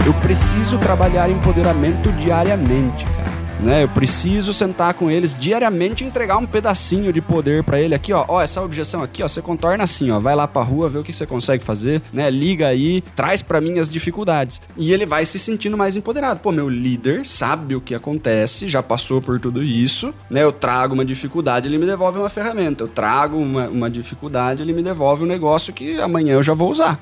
Eu preciso trabalhar empoderamento diariamente, cara. Eu preciso sentar com eles diariamente e entregar um pedacinho de poder pra ele aqui, ó, essa objeção aqui, ó, você contorna assim, ó, vai lá pra rua, vê o que você consegue fazer, liga aí, traz pra mim as dificuldades. E ele vai se sentindo mais empoderado. Pô, meu líder sabe o que acontece, já passou por tudo isso, eu trago uma dificuldade, ele me devolve uma ferramenta, eu trago uma dificuldade, ele me devolve um negócio que amanhã eu já vou usar.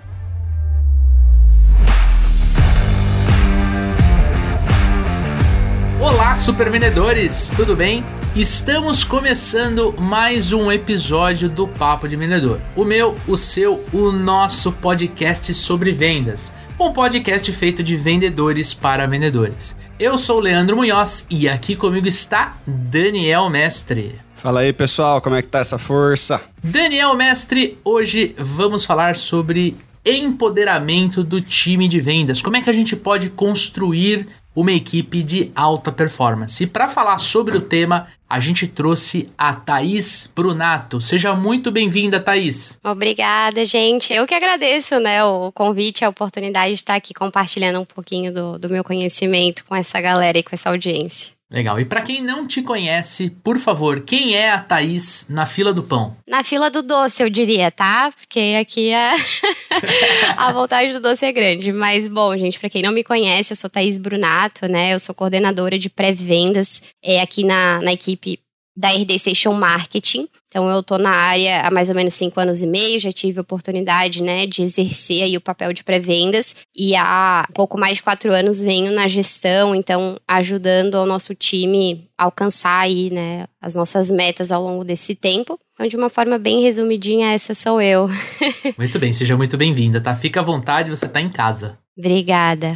Olá, super vendedores, tudo bem? Estamos começando mais um episódio do Papo de Vendedor. O meu, o seu, o nosso podcast sobre vendas. Um podcast feito de vendedores para vendedores. Eu sou o Leandro Munhoz e aqui comigo está Daniel Mestre. Fala aí, pessoal, como é que tá essa força? Daniel Mestre, hoje vamos falar sobre empoderamento do time de vendas. Como é que a gente pode construir uma equipe de alta performance? E para falar sobre o tema, a gente trouxe a Thaís Brunato. Seja muito bem-vinda, Thaís. Obrigada, gente. Eu que agradeço, o convite, a oportunidade de estar aqui compartilhando um pouquinho do meu conhecimento com essa galera e com essa audiência. Legal. E para quem não te conhece, por favor, quem é a Thaís na fila do pão? Na fila do doce, eu diria, tá? Porque aqui a vontade do doce é grande. Mas, bom, gente, para quem não me conhece, eu sou Thaís Brunato, Eu sou coordenadora de pré-vendas aqui na equipe da RD Station Marketing. Então, eu tô na área há mais ou menos 5 anos e meio, já tive a oportunidade, de exercer aí o papel de pré-vendas e há pouco mais de 4 anos venho na gestão, então ajudando ao nosso time a alcançar aí, as nossas metas ao longo desse tempo. Então, de uma forma bem resumidinha, essa sou eu. Muito bem, seja muito bem-vinda, tá? Fica à vontade, você tá em casa. Obrigada.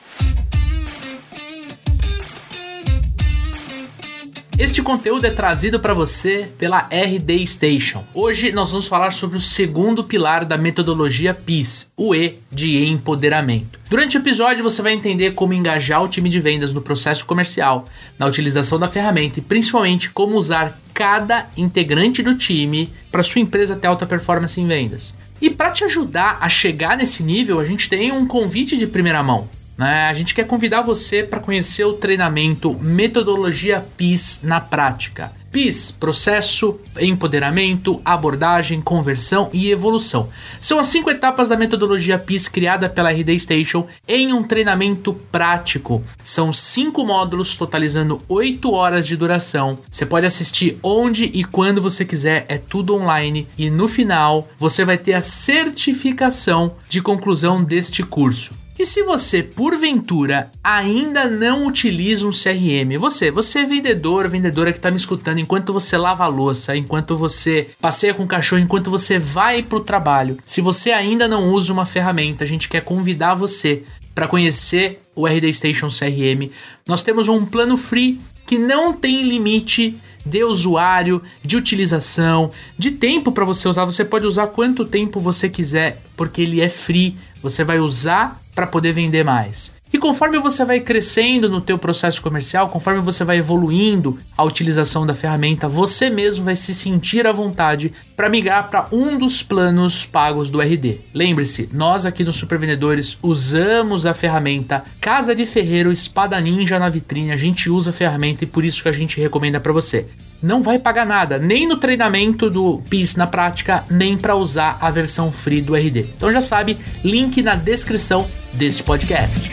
Este conteúdo é trazido para você pela RD Station. Hoje nós vamos falar sobre o segundo pilar da metodologia PIS, o E de empoderamento. Durante o episódio você vai entender como engajar o time de vendas no processo comercial, na utilização da ferramenta e principalmente como usar cada integrante do time para sua empresa ter alta performance em vendas. E para te ajudar a chegar nesse nível, a gente tem um convite de primeira mão. A gente quer convidar você para conhecer o treinamento Metodologia PIS na prática. PIS, processo, empoderamento, abordagem, conversão e evolução. São as 5 etapas da metodologia PIS criada pela RD Station em um treinamento prático. São 5 módulos totalizando 8 horas de duração. Você pode assistir onde e quando você quiser, é tudo online. E no final, você vai ter a certificação de conclusão deste curso. E se você, porventura, ainda não utiliza um CRM, você é vendedora que está me escutando enquanto você lava a louça, enquanto você passeia com o cachorro, enquanto você vai para o trabalho. Se você ainda não usa uma ferramenta, a gente quer convidar você para conhecer o RD Station CRM. Nós temos um plano free que não tem limite de usuário, de utilização, de tempo para você usar. Você pode usar quanto tempo você quiser, porque ele é free. Você vai usar para poder vender mais. E conforme você vai crescendo no teu processo comercial, conforme você vai evoluindo a utilização da ferramenta, você mesmo vai se sentir à vontade para migrar para um dos planos pagos do RD. Lembre-se, nós aqui no Super Vendedores usamos a ferramenta Casa de Ferreiro Espada Ninja na vitrine, a gente usa a ferramenta e por isso que a gente recomenda para você. Não vai pagar nada, nem no treinamento do PIS na prática, nem para usar a versão free do RD. Então já sabe, link na descrição deste podcast.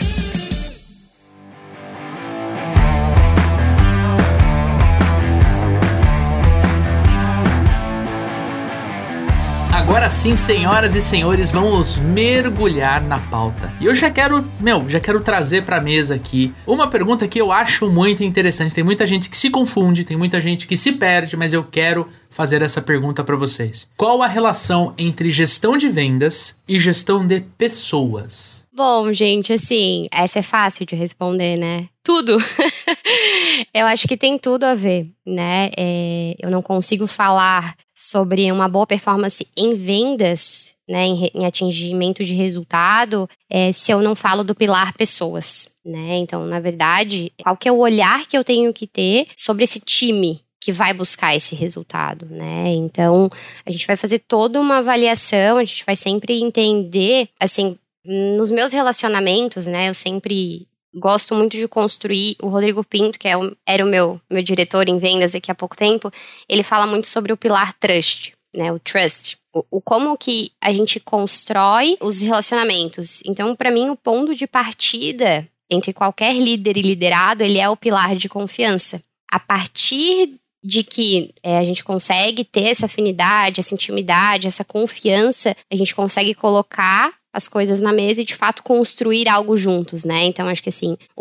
Agora sim, senhoras e senhores, vamos mergulhar na pauta. E eu já quero trazer pra mesa aqui uma pergunta que eu acho muito interessante. Tem muita gente que se confunde, tem muita gente que se perde, mas eu quero fazer essa pergunta pra vocês. Qual a relação entre gestão de vendas e gestão de pessoas? Bom, gente, assim, essa é fácil de responder, Tudo. Eu acho que tem tudo a ver, Eu não consigo falar sobre uma boa performance em vendas, em atingimento de resultado, se eu não falo do pilar pessoas, Então, na verdade, qual que é o olhar que eu tenho que ter sobre esse time que vai buscar esse resultado, Então, a gente vai fazer toda uma avaliação, a gente vai sempre entender, assim, nos meus relacionamentos, né, eu sempre gosto muito de construir. O Rodrigo Pinto, que era o meu diretor em vendas aqui há pouco tempo, ele fala muito sobre o pilar trust, né, o trust. O como que a gente constrói os relacionamentos. Então, para mim, o ponto de partida entre qualquer líder e liderado, ele é o pilar de confiança. A partir de que a gente consegue ter essa afinidade, essa intimidade, essa confiança, a gente consegue colocar as coisas na mesa e, de fato, construir algo juntos, né? Então, acho que, assim, o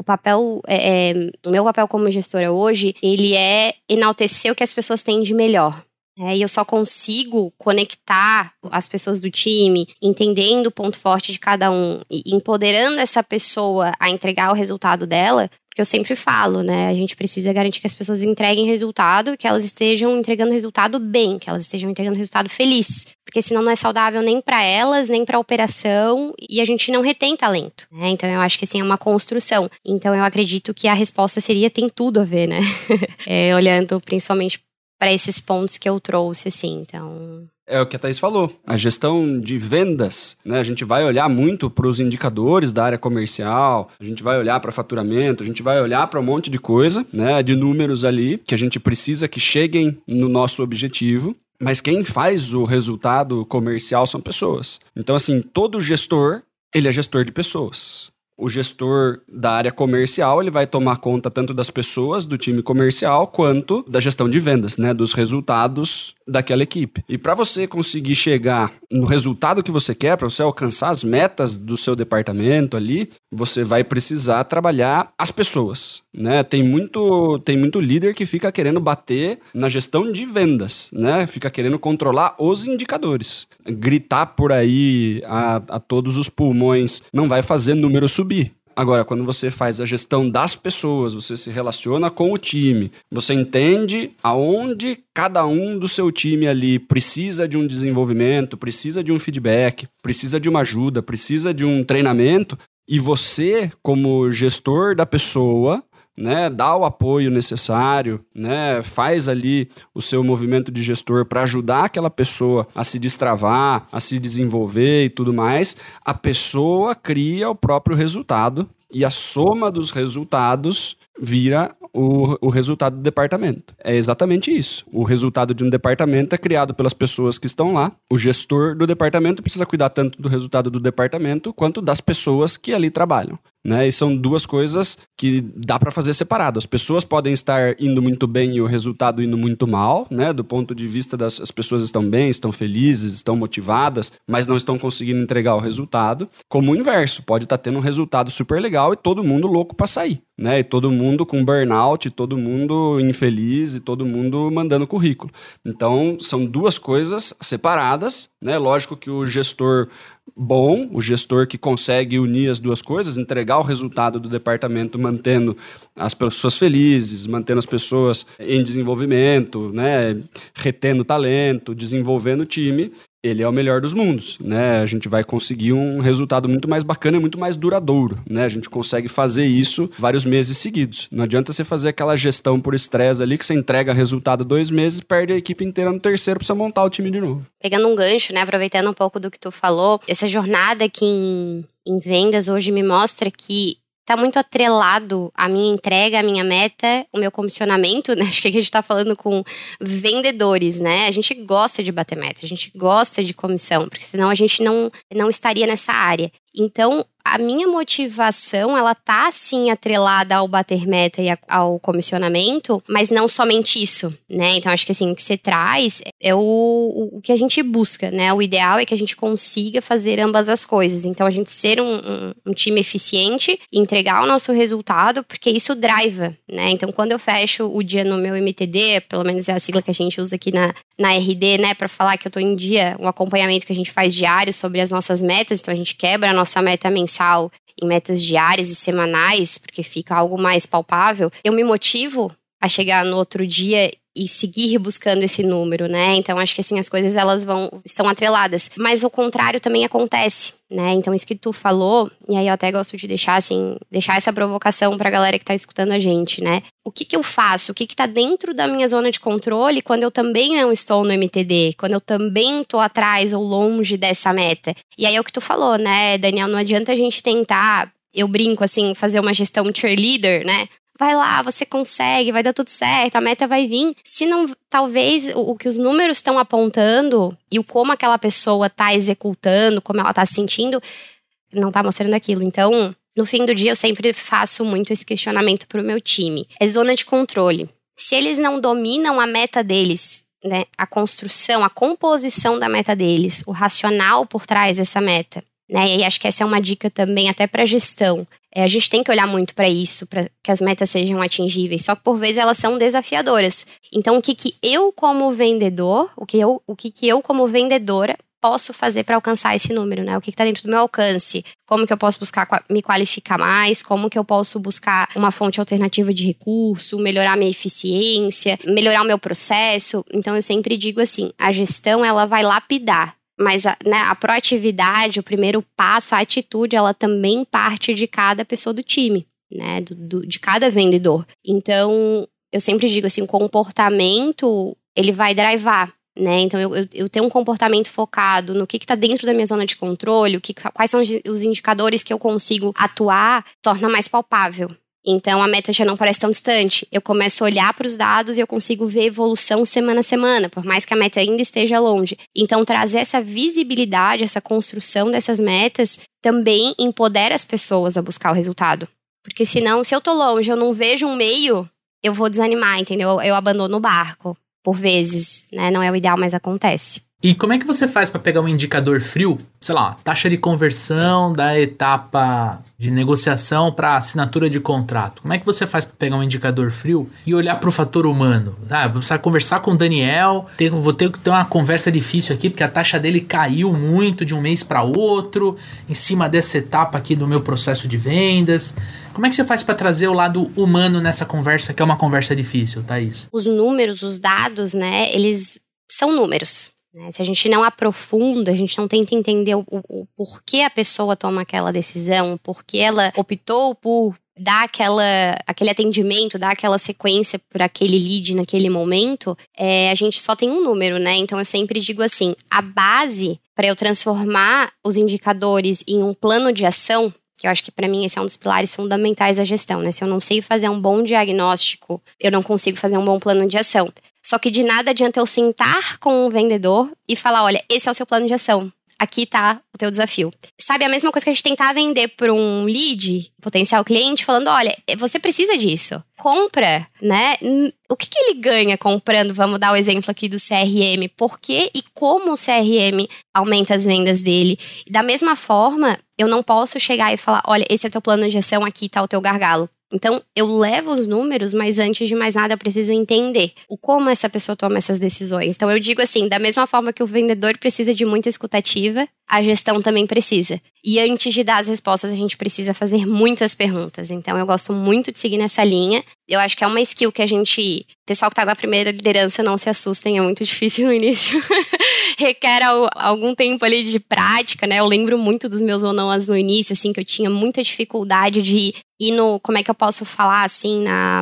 meu papel como gestora hoje, ele é enaltecer o que as pessoas têm de melhor. E eu só consigo conectar as pessoas do time, entendendo o ponto forte de cada um e empoderando essa pessoa a entregar o resultado dela, porque eu sempre falo, né? A gente precisa garantir que as pessoas entreguem resultado, que elas estejam entregando resultado bem, que elas estejam entregando resultado feliz, porque senão não é saudável nem para elas, nem para a operação, e a gente não retém talento, né? Então eu acho que assim é uma construção. Então eu acredito que a resposta tem tudo a ver, né? Olhando principalmente para esses pontos que eu trouxe, assim, então... É o que a Thaís falou, a gestão de vendas, né? A gente vai olhar muito para os indicadores da área comercial, a gente vai olhar para faturamento, a gente vai olhar para um monte de coisa, né? De números ali, que a gente precisa que cheguem no nosso objetivo. Mas quem faz o resultado comercial são pessoas. Então, assim, todo gestor, ele é gestor de pessoas. O gestor da área comercial, ele vai tomar conta tanto das pessoas do time comercial, quanto da gestão de vendas, né? Dos resultados daquela equipe. E para você conseguir chegar no resultado que você quer, para você alcançar as metas do seu departamento ali, você vai precisar trabalhar as pessoas, né? Tem muito líder que fica querendo bater na gestão de vendas, né? Fica querendo controlar os indicadores. Gritar por aí a todos os pulmões não vai fazer número subir. Agora, quando você faz a gestão das pessoas, você se relaciona com o time, você entende aonde cada um do seu time ali precisa de um desenvolvimento, precisa de um feedback, precisa de uma ajuda, precisa de um treinamento, e você, como gestor da pessoa, né, dá o apoio necessário, né, faz ali o seu movimento de gestor para ajudar aquela pessoa a se destravar, a se desenvolver e tudo mais, a pessoa cria o próprio resultado e a soma dos resultados vira o resultado do departamento. É exatamente isso. O resultado de um departamento é criado pelas pessoas que estão lá. O gestor do departamento precisa cuidar tanto do resultado do departamento quanto das pessoas que ali trabalham, né? E são duas coisas que dá para fazer separado. As pessoas podem estar indo muito bem e o resultado indo muito mal, né? Do ponto de vista as pessoas estão bem, estão felizes, estão motivadas, mas não estão conseguindo entregar o resultado. Como o inverso, pode estar tendo um resultado super legal e todo mundo louco para sair, né? E todo mundo com burnout, todo mundo infeliz e todo mundo mandando currículo. Então, são duas coisas separadas, né? Lógico que o gestor bom, o gestor que consegue unir as duas coisas, entregar o resultado do departamento mantendo as pessoas felizes, mantendo as pessoas em desenvolvimento, né? Retendo talento, desenvolvendo o time, ele é o melhor dos mundos, né? A gente vai conseguir um resultado muito mais bacana e muito mais duradouro, né? A gente consegue fazer isso vários meses seguidos. Não adianta você fazer aquela gestão por estresse ali que você entrega resultado 2 meses, perde a equipe inteira no terceiro, precisa montar o time de novo. Pegando um gancho, né? Aproveitando um pouco do que tu falou, essa jornada aqui em vendas hoje me mostra que tá muito atrelado a minha entrega, a minha meta, o meu comissionamento, né? Acho que aqui a gente tá falando com vendedores, né? A gente gosta de bater meta, a gente gosta de comissão, porque senão a gente não estaria nessa área. Então, a minha motivação, ela tá, sim, atrelada ao bater meta e ao comissionamento, mas não somente isso, né? Então, acho que, assim, o que você traz é o que a gente busca, né? O ideal é que a gente consiga fazer ambas as coisas. Então, a gente ser um time eficiente, entregar o nosso resultado, porque isso driva, né? Então, quando eu fecho o dia no meu MTD, pelo menos é a sigla que a gente usa aqui na RD, né? Pra falar que eu tô em dia, um acompanhamento que a gente faz diário sobre as nossas metas. Então, a gente quebra a nossa meta mensal em metas diárias e semanais, porque fica algo mais palpável. Eu me motivo a chegar no outro dia e seguir buscando esse número, né? Então, acho que assim, as coisas elas estão atreladas. Mas o contrário também acontece, né? Então, isso que tu falou, e aí eu até gosto de deixar essa provocação pra galera que tá escutando a gente, né? O que eu faço? O que tá dentro da minha zona de controle quando eu também não estou no MTD? Quando eu também tô atrás ou longe dessa meta? E aí é o que tu falou, né, Daniel? Não adianta a gente tentar, eu brinco assim, fazer uma gestão cheerleader, né? Vai lá, você consegue, vai dar tudo certo, a meta vai vir. Se não, talvez o que os números estão apontando e o como aquela pessoa tá executando, como ela tá se sentindo, não tá mostrando aquilo. Então, no fim do dia, eu sempre faço muito esse questionamento pro meu time. É zona de controle. Se eles não dominam a meta deles, né, a construção, a composição da meta deles, o racional por trás dessa meta, né, e acho que essa é uma dica também até para gestão. A gente tem que olhar muito para isso, para que as metas sejam atingíveis, só que por vezes elas são desafiadoras. Então, o que eu como vendedor, o que eu como vendedora posso fazer para alcançar esse número, né? O que está dentro do meu alcance? Como que eu posso buscar me qualificar mais? Como que eu posso buscar uma fonte alternativa de recurso? Melhorar minha eficiência? Melhorar o meu processo? Então, eu sempre digo assim, a gestão, ela vai lapidar. Mas a proatividade, o primeiro passo, a atitude, ela também parte de cada pessoa do time, né? De cada vendedor. Então, eu sempre digo assim, o comportamento, ele vai drivar, né? Então, eu tenho um comportamento focado no que está dentro da minha zona de controle, quais são os indicadores que eu consigo atuar, torna mais palpável. Então, a meta já não parece tão distante. Eu começo a olhar para os dados e eu consigo ver evolução semana a semana, por mais que a meta ainda esteja longe. Então, trazer essa visibilidade, essa construção dessas metas, também empodera as pessoas a buscar o resultado. Porque senão, se eu tô longe, eu não vejo um meio, eu vou desanimar, entendeu? Eu abandono o barco, por vezes, né? Não é o ideal, mas acontece. E como é que você faz para pegar um indicador frio, sei lá, taxa de conversão da etapa de negociação para assinatura de contrato? Como é que você faz para pegar um indicador frio e olhar para o fator humano? Vou precisar conversar com o Daniel, vou ter que ter uma conversa difícil aqui, porque a taxa dele caiu muito de um mês para outro, em cima dessa etapa aqui do meu processo de vendas. Como é que você faz para trazer o lado humano nessa conversa, que é uma conversa difícil, Thaís? Os números, os dados, né, eles são números. Se a gente não aprofunda, a gente não tenta entender o porquê a pessoa toma aquela decisão, porquê ela optou por dar aquele atendimento, dar aquela sequência por aquele lead naquele momento, a gente só tem um número, né? Então eu sempre digo assim, a base para eu transformar os indicadores em um plano de ação, que eu acho que para mim esse é um dos pilares fundamentais da gestão, né? Se eu não sei fazer um bom diagnóstico, eu não consigo fazer um bom plano de ação. Só que de nada adianta eu sentar com o vendedor e falar, olha, esse é o seu plano de ação. Aqui tá o teu desafio. Sabe, a mesma coisa que a gente tentar vender para um lead, potencial cliente, falando, olha, você precisa disso. Compra, né? O que ele ganha comprando? Vamos dar o exemplo aqui do CRM. Por que e como o CRM aumenta as vendas dele? E da mesma forma, eu não posso chegar e falar, olha, esse é teu plano de ação, aqui tá o teu gargalo. Então, eu levo os números, mas antes de mais nada eu preciso entender o como essa pessoa toma essas decisões. Então, eu digo assim, da mesma forma que o vendedor precisa de muita escutativa, a gestão também precisa. E antes de dar as respostas, a gente precisa fazer muitas perguntas. Então, eu gosto muito de seguir nessa linha. Eu acho que é uma skill que pessoal que tá na primeira liderança, não se assustem, é muito difícil no início. Requer algum tempo ali de prática, né? Eu lembro muito dos meus one-on-ones no início, assim, que eu tinha muita dificuldade de ir no, como é que eu posso falar, assim,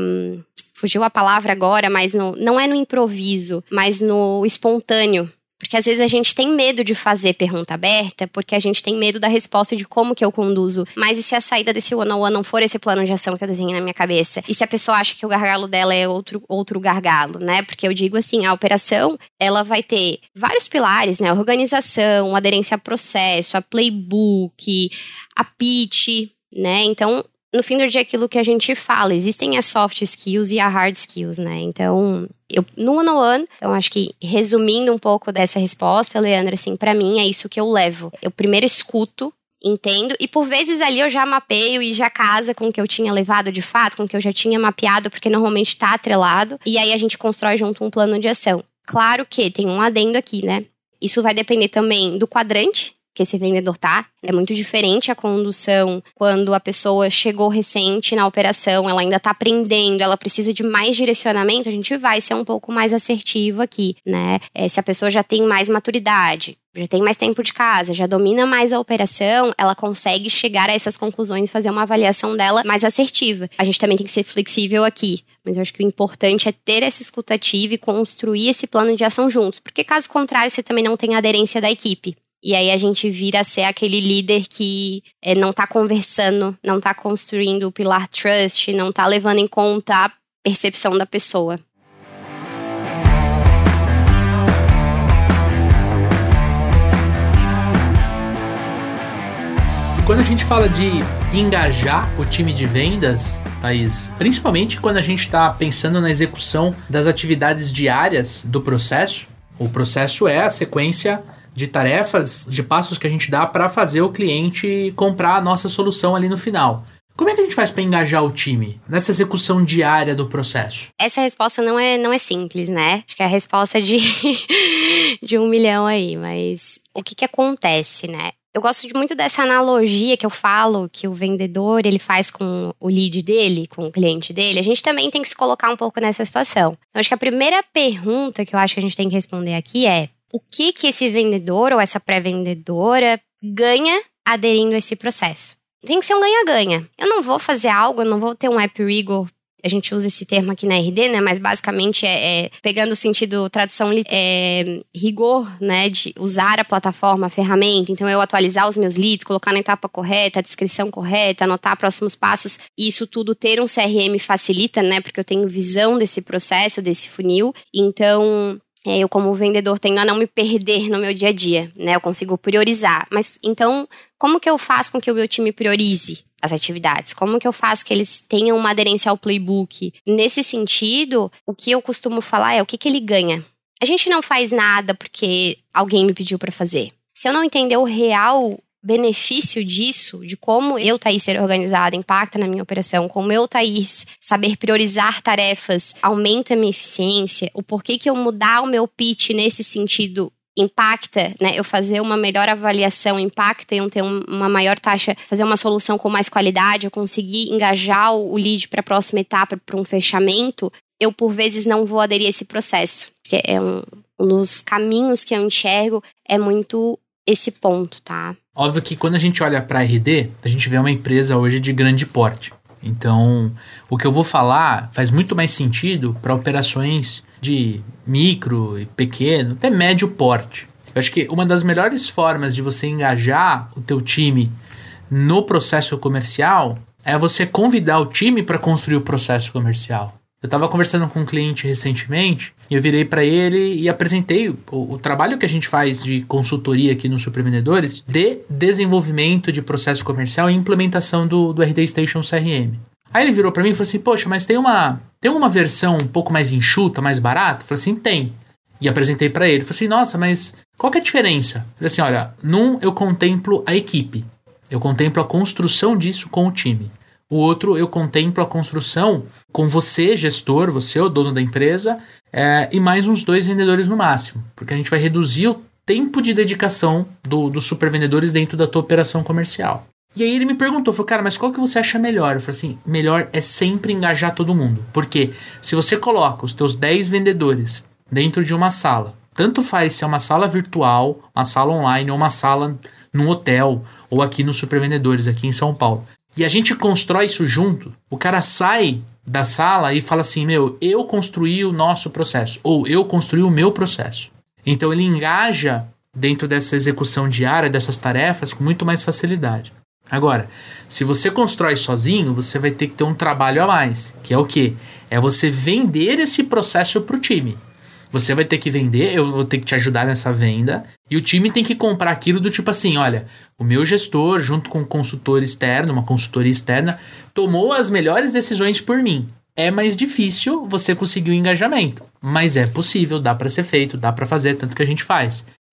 fugiu a palavra agora, mas não é no improviso, mas no espontâneo. Porque às vezes a gente tem medo de fazer pergunta aberta, porque a gente tem medo da resposta de como que eu conduzo. Mas e se a saída desse one-on-one não for esse plano de ação que eu desenhei na minha cabeça? E se a pessoa acha que o gargalo dela é outro gargalo, né? Porque eu digo assim, a operação, ela vai ter vários pilares, né? A organização, a aderência a processo, a playbook, a pitch, né? Então, no fim do dia, aquilo que a gente fala, existem as soft skills e as hard skills, né? Então, no one-on-one, então acho que resumindo um pouco dessa resposta, Leandra, assim, pra mim é isso que eu levo. Eu primeiro escuto, entendo, e por vezes ali eu já mapeio e já casa com o que eu tinha levado de fato, com o que eu já tinha mapeado, porque normalmente tá atrelado, e aí a gente constrói junto um plano de ação. Claro que tem um adendo aqui, né? Isso vai depender também do quadrante que esse vendedor tá. É muito diferente a condução quando a pessoa chegou recente na operação, ela ainda tá aprendendo, ela precisa de mais direcionamento, a gente vai ser um pouco mais assertivo aqui, né? Se a pessoa já tem mais maturidade, já tem mais tempo de casa, já domina mais a operação, ela consegue chegar a essas conclusões e fazer uma avaliação dela mais assertiva. A gente também tem que ser flexível aqui, mas eu acho que o importante é ter essa escutativa e construir esse plano de ação juntos, porque caso contrário, você também não tem aderência da equipe. E aí a gente vira a ser aquele líder que não tá conversando, não tá construindo o pilar trust, não tá levando em conta a percepção da pessoa. Quando a gente fala de engajar o time de vendas, Thaís, principalmente quando a gente está pensando na execução das atividades diárias do processo, o processo é a sequência de tarefas, de passos que a gente dá para fazer o cliente comprar a nossa solução ali no final. Como é que a gente faz para engajar o time nessa execução diária do processo? Essa resposta não é simples, né? Acho que é a resposta de 1 milhão aí, mas o que acontece, né? Eu gosto muito dessa analogia que eu falo, que o vendedor ele faz com o lead dele, com o cliente dele. A gente também tem que se colocar um pouco nessa situação. Então, acho que a primeira pergunta que eu acho que a gente tem que responder aqui é: o que esse vendedor ou essa pré-vendedora ganha aderindo a esse processo? Tem que ser um ganha-ganha. Eu não vou fazer algo, eu não vou ter um app rigor. A gente usa esse termo aqui na RD, né? Mas basicamente pegando o sentido, tradução, rigor, né? De usar a plataforma, a ferramenta. Então, eu atualizar os meus leads, colocar na etapa correta, a descrição correta, anotar próximos passos. E isso tudo ter um CRM facilita, né? Porque eu tenho visão desse processo, desse funil. Então, eu como vendedor tendo a não me perder no meu dia a dia, né? Eu consigo priorizar. Mas, então, como que eu faço com que o meu time priorize as atividades? Como que eu faço que eles tenham uma aderência ao playbook? Nesse sentido, o que eu costumo falar é o que ele ganha. A gente não faz nada porque alguém me pediu para fazer. Se eu não entender o real benefício disso, de como eu, Thaís, ser organizada, impacta na minha operação, como eu, Thaís, saber priorizar tarefas, aumenta a minha eficiência, o porquê que eu mudar o meu pitch nesse sentido impacta, né? Eu fazer uma melhor avaliação impacta, eu ter uma maior taxa, fazer uma solução com mais qualidade, eu conseguir engajar o lead para a próxima etapa, para um fechamento, eu por vezes não vou aderir a esse processo. Porque é um dos caminhos que eu enxergo, é muito esse ponto, tá? Óbvio que quando a gente olha para a RD, a gente vê uma empresa hoje de grande porte. Então, o que eu vou falar faz muito mais sentido para operações de micro e pequeno, até médio porte. Eu acho que uma das melhores formas de você engajar o teu time no processo comercial é você convidar o time para construir o processo comercial. Eu estava conversando com um cliente recentemente e eu virei para ele e apresentei o trabalho que a gente faz de consultoria aqui no Supervendedores de desenvolvimento de processo comercial e implementação do RD Station CRM. Aí ele virou para mim e falou assim: poxa, mas tem uma versão um pouco mais enxuta, mais barata? Eu falei assim: tem. E apresentei para ele. Eu falei assim: nossa, mas qual que é a diferença? Eu falei assim: olha, num eu contemplo a equipe. Eu contemplo a construção disso com o time. O outro eu contemplo a construção com você, gestor, você, o dono da empresa, e mais uns 2 vendedores no máximo. Porque a gente vai reduzir o tempo de dedicação dos supervendedores dentro da tua operação comercial. E aí ele me perguntou, falou: cara, mas qual que você acha melhor? Eu falei assim: melhor é sempre engajar todo mundo. Porque se você coloca os teus 10 vendedores dentro de uma sala, tanto faz se é uma sala virtual, uma sala online ou uma sala num hotel ou aqui no Supervendedores, aqui em São Paulo, e a gente constrói isso junto, o cara sai da sala e fala assim: meu, eu construí o nosso processo, ou eu construí o meu processo. Então ele engaja dentro dessa execução diária, dessas tarefas, com muito mais facilidade. Agora, se você constrói sozinho, você vai ter que ter um trabalho a mais, que é o quê? É você vender esse processo para o time. Você vai ter que vender, eu vou ter que te ajudar nessa venda, e o time tem que comprar aquilo do tipo assim: olha, o meu gestor, junto com um consultor externo, uma consultoria externa, tomou as melhores decisões por mim. É mais difícil você conseguir o engajamento, mas é possível, dá para ser feito, dá para fazer, tanto que a gente faz.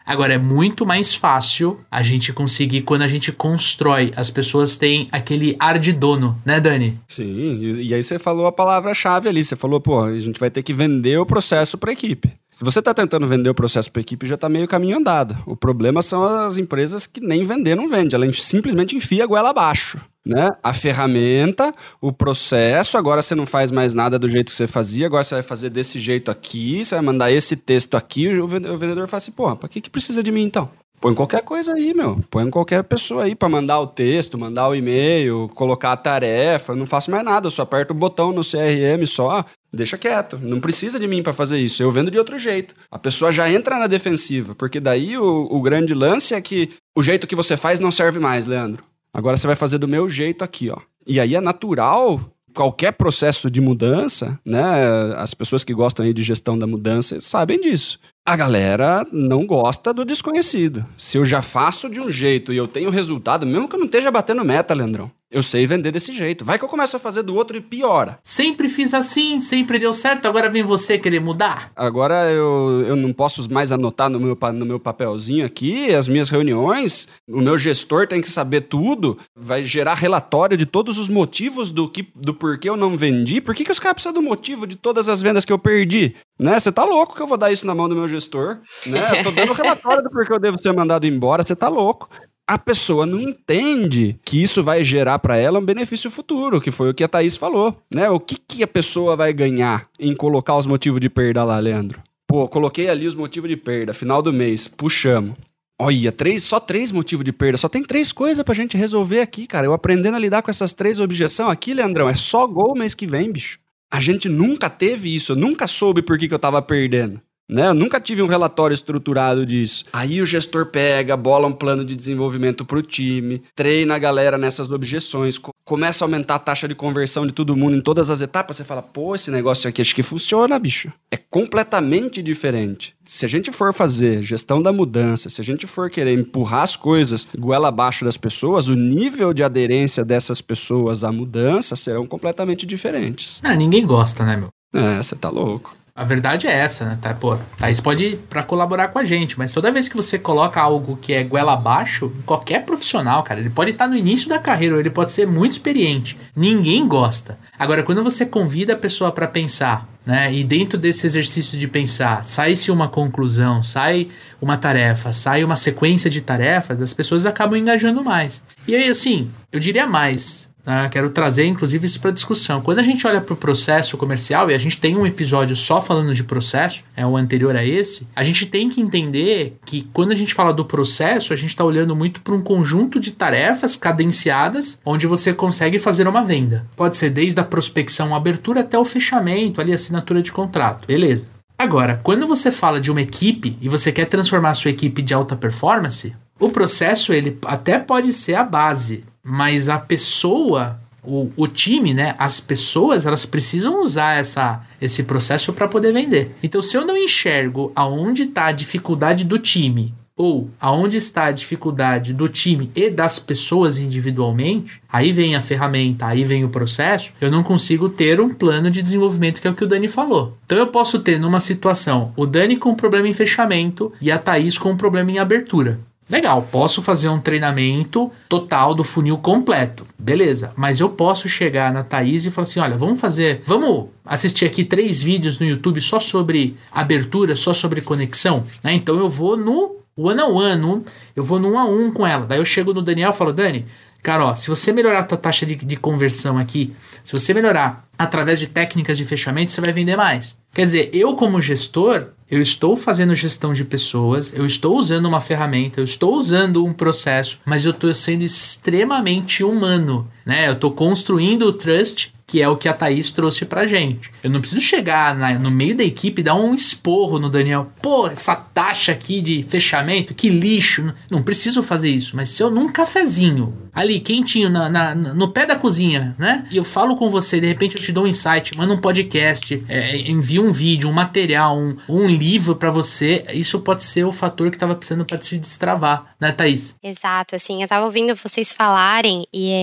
Agora, é muito mais fácil a gente conseguir, quando a gente constrói, as pessoas têm aquele ar de dono, né, Dani? Sim, e aí você falou a palavra-chave ali, você falou, pô, a gente vai ter que vender o processo para a equipe. Se você está tentando vender o processo para a equipe, já está meio caminho andado. O problema são as empresas que nem vender não vende, ela simplesmente enfia a goela abaixo, né? A ferramenta, o processo, agora você não faz mais nada do jeito que você fazia, agora você vai fazer desse jeito aqui, você vai mandar esse texto aqui, o vendedor fala assim, porra, pra que precisa de mim então? Põe qualquer coisa aí, meu. Põe qualquer pessoa aí pra mandar o texto, mandar o e-mail, colocar a tarefa. Eu não faço mais nada, eu só aperto o botão no CRM só. Deixa quieto. Não precisa de mim pra fazer isso. Eu vendo de outro jeito. A pessoa já entra na defensiva, porque daí o grande lance é que o jeito que você faz não serve mais, Leandro. Agora você vai fazer do meu jeito aqui, ó. E aí é natural... Qualquer processo de mudança, né? As pessoas que gostam aí de gestão da mudança sabem disso. A galera não gosta do desconhecido. Se eu já faço de um jeito e eu tenho resultado, mesmo que eu não esteja batendo meta, Leandrão, eu sei vender desse jeito. Vai que eu começo a fazer do outro e piora. Sempre fiz assim, sempre deu certo, agora vem você querer mudar? Agora eu não posso mais anotar no meu papelzinho aqui as minhas reuniões. O meu gestor tem que saber tudo. Vai gerar relatório de todos os motivos do porquê eu não vendi. Por que os caras precisam do motivo de todas as vendas que eu perdi? Né? Você tá louco que eu vou dar isso na mão do meu gestor? Né? Eu tô dando relatório do porquê eu devo ser mandado embora. Você tá louco. A pessoa não entende que isso vai gerar para ela um benefício futuro, que foi o que a Thaís falou, né? O que a pessoa vai ganhar em colocar os motivos de perda lá, Leandro? Pô, coloquei ali os motivos de perda, final do mês, puxamos. Olha, só 3 motivos de perda, só tem 3 coisas pra gente resolver aqui, cara. Eu aprendendo a lidar com essas 3 objeções aqui, Leandrão, é só gol mês que vem, bicho. A gente nunca teve isso, eu nunca soube por que eu tava perdendo. Né? Eu nunca tive um relatório estruturado disso. Aí o gestor pega, bola um plano de desenvolvimento pro time, treina a galera nessas objeções, começa a aumentar a taxa de conversão de todo mundo em todas as etapas. Você fala, pô, esse negócio aqui acho que funciona, bicho. É completamente diferente. Se a gente for fazer gestão da mudança, se a gente for querer empurrar as coisas goela abaixo das pessoas, o nível de aderência dessas pessoas à mudança serão completamente diferentes. Ah, ninguém gosta, né, meu? Você tá louco. A verdade é essa, né? Tá, pô, Thaís pode ir pra colaborar com a gente, mas toda vez que você coloca algo que é goela abaixo, qualquer profissional, cara, ele pode estar no início da carreira, ou ele pode ser muito experiente. Ninguém gosta. Agora, quando você convida a pessoa pra pensar, né? E dentro desse exercício de pensar, sai-se uma conclusão, sai uma tarefa, sai uma sequência de tarefas, as pessoas acabam engajando mais. E aí, assim, eu diria mais... Quero trazer, inclusive, isso para discussão. Quando a gente olha para o processo comercial, e a gente tem um episódio só falando de processo, é o anterior a esse, a gente tem que entender que quando a gente fala do processo, a gente está olhando muito para um conjunto de tarefas cadenciadas, onde você consegue fazer uma venda. Pode ser desde a prospecção, a abertura, até o fechamento, ali a assinatura de contrato. Beleza. Agora, quando você fala de uma equipe e você quer transformar a sua equipe de alta performance, o processo ele até pode ser a base, mas a pessoa, o time, né, as pessoas, elas precisam usar esse processo para poder vender. Então, se eu não enxergo aonde está a dificuldade do time ou aonde está a dificuldade do time e das pessoas individualmente, aí vem a ferramenta, aí vem o processo, eu não consigo ter um plano de desenvolvimento, que é o que o Dani falou. Então eu posso ter numa situação o Dani com um problema em fechamento e a Thaís com um problema em abertura. Legal, posso fazer um treinamento total do funil completo, beleza, mas eu posso chegar na Thaís e falar assim, olha, vamos assistir aqui 3 vídeos no YouTube só sobre abertura, só sobre conexão, né? Então eu vou no one-on-one, eu vou no 1 a 1 com ela, daí eu chego no Daniel e falo, Dani, cara, ó, se você melhorar a tua taxa de conversão aqui, se você melhorar através de técnicas de fechamento, você vai vender mais. Quer dizer, eu como gestor, eu estou fazendo gestão de pessoas, eu estou usando uma ferramenta, eu estou usando um processo, mas eu estou sendo extremamente humano, né? Eu estou construindo o trust, que é o que a Thaís trouxe pra gente. Eu não preciso chegar no meio da equipe e dar um esporro no Daniel. Pô, essa taxa aqui de fechamento, que lixo. Não preciso fazer isso, mas se eu num cafezinho, ali, quentinho, no pé da cozinha, né? E eu falo com você, de repente eu te dou um insight, mando um podcast, envio um vídeo, um material, um livro pra você, isso pode ser o fator que tava precisando pra te destravar, né, Thaís? Exato, assim, eu tava ouvindo vocês falarem e é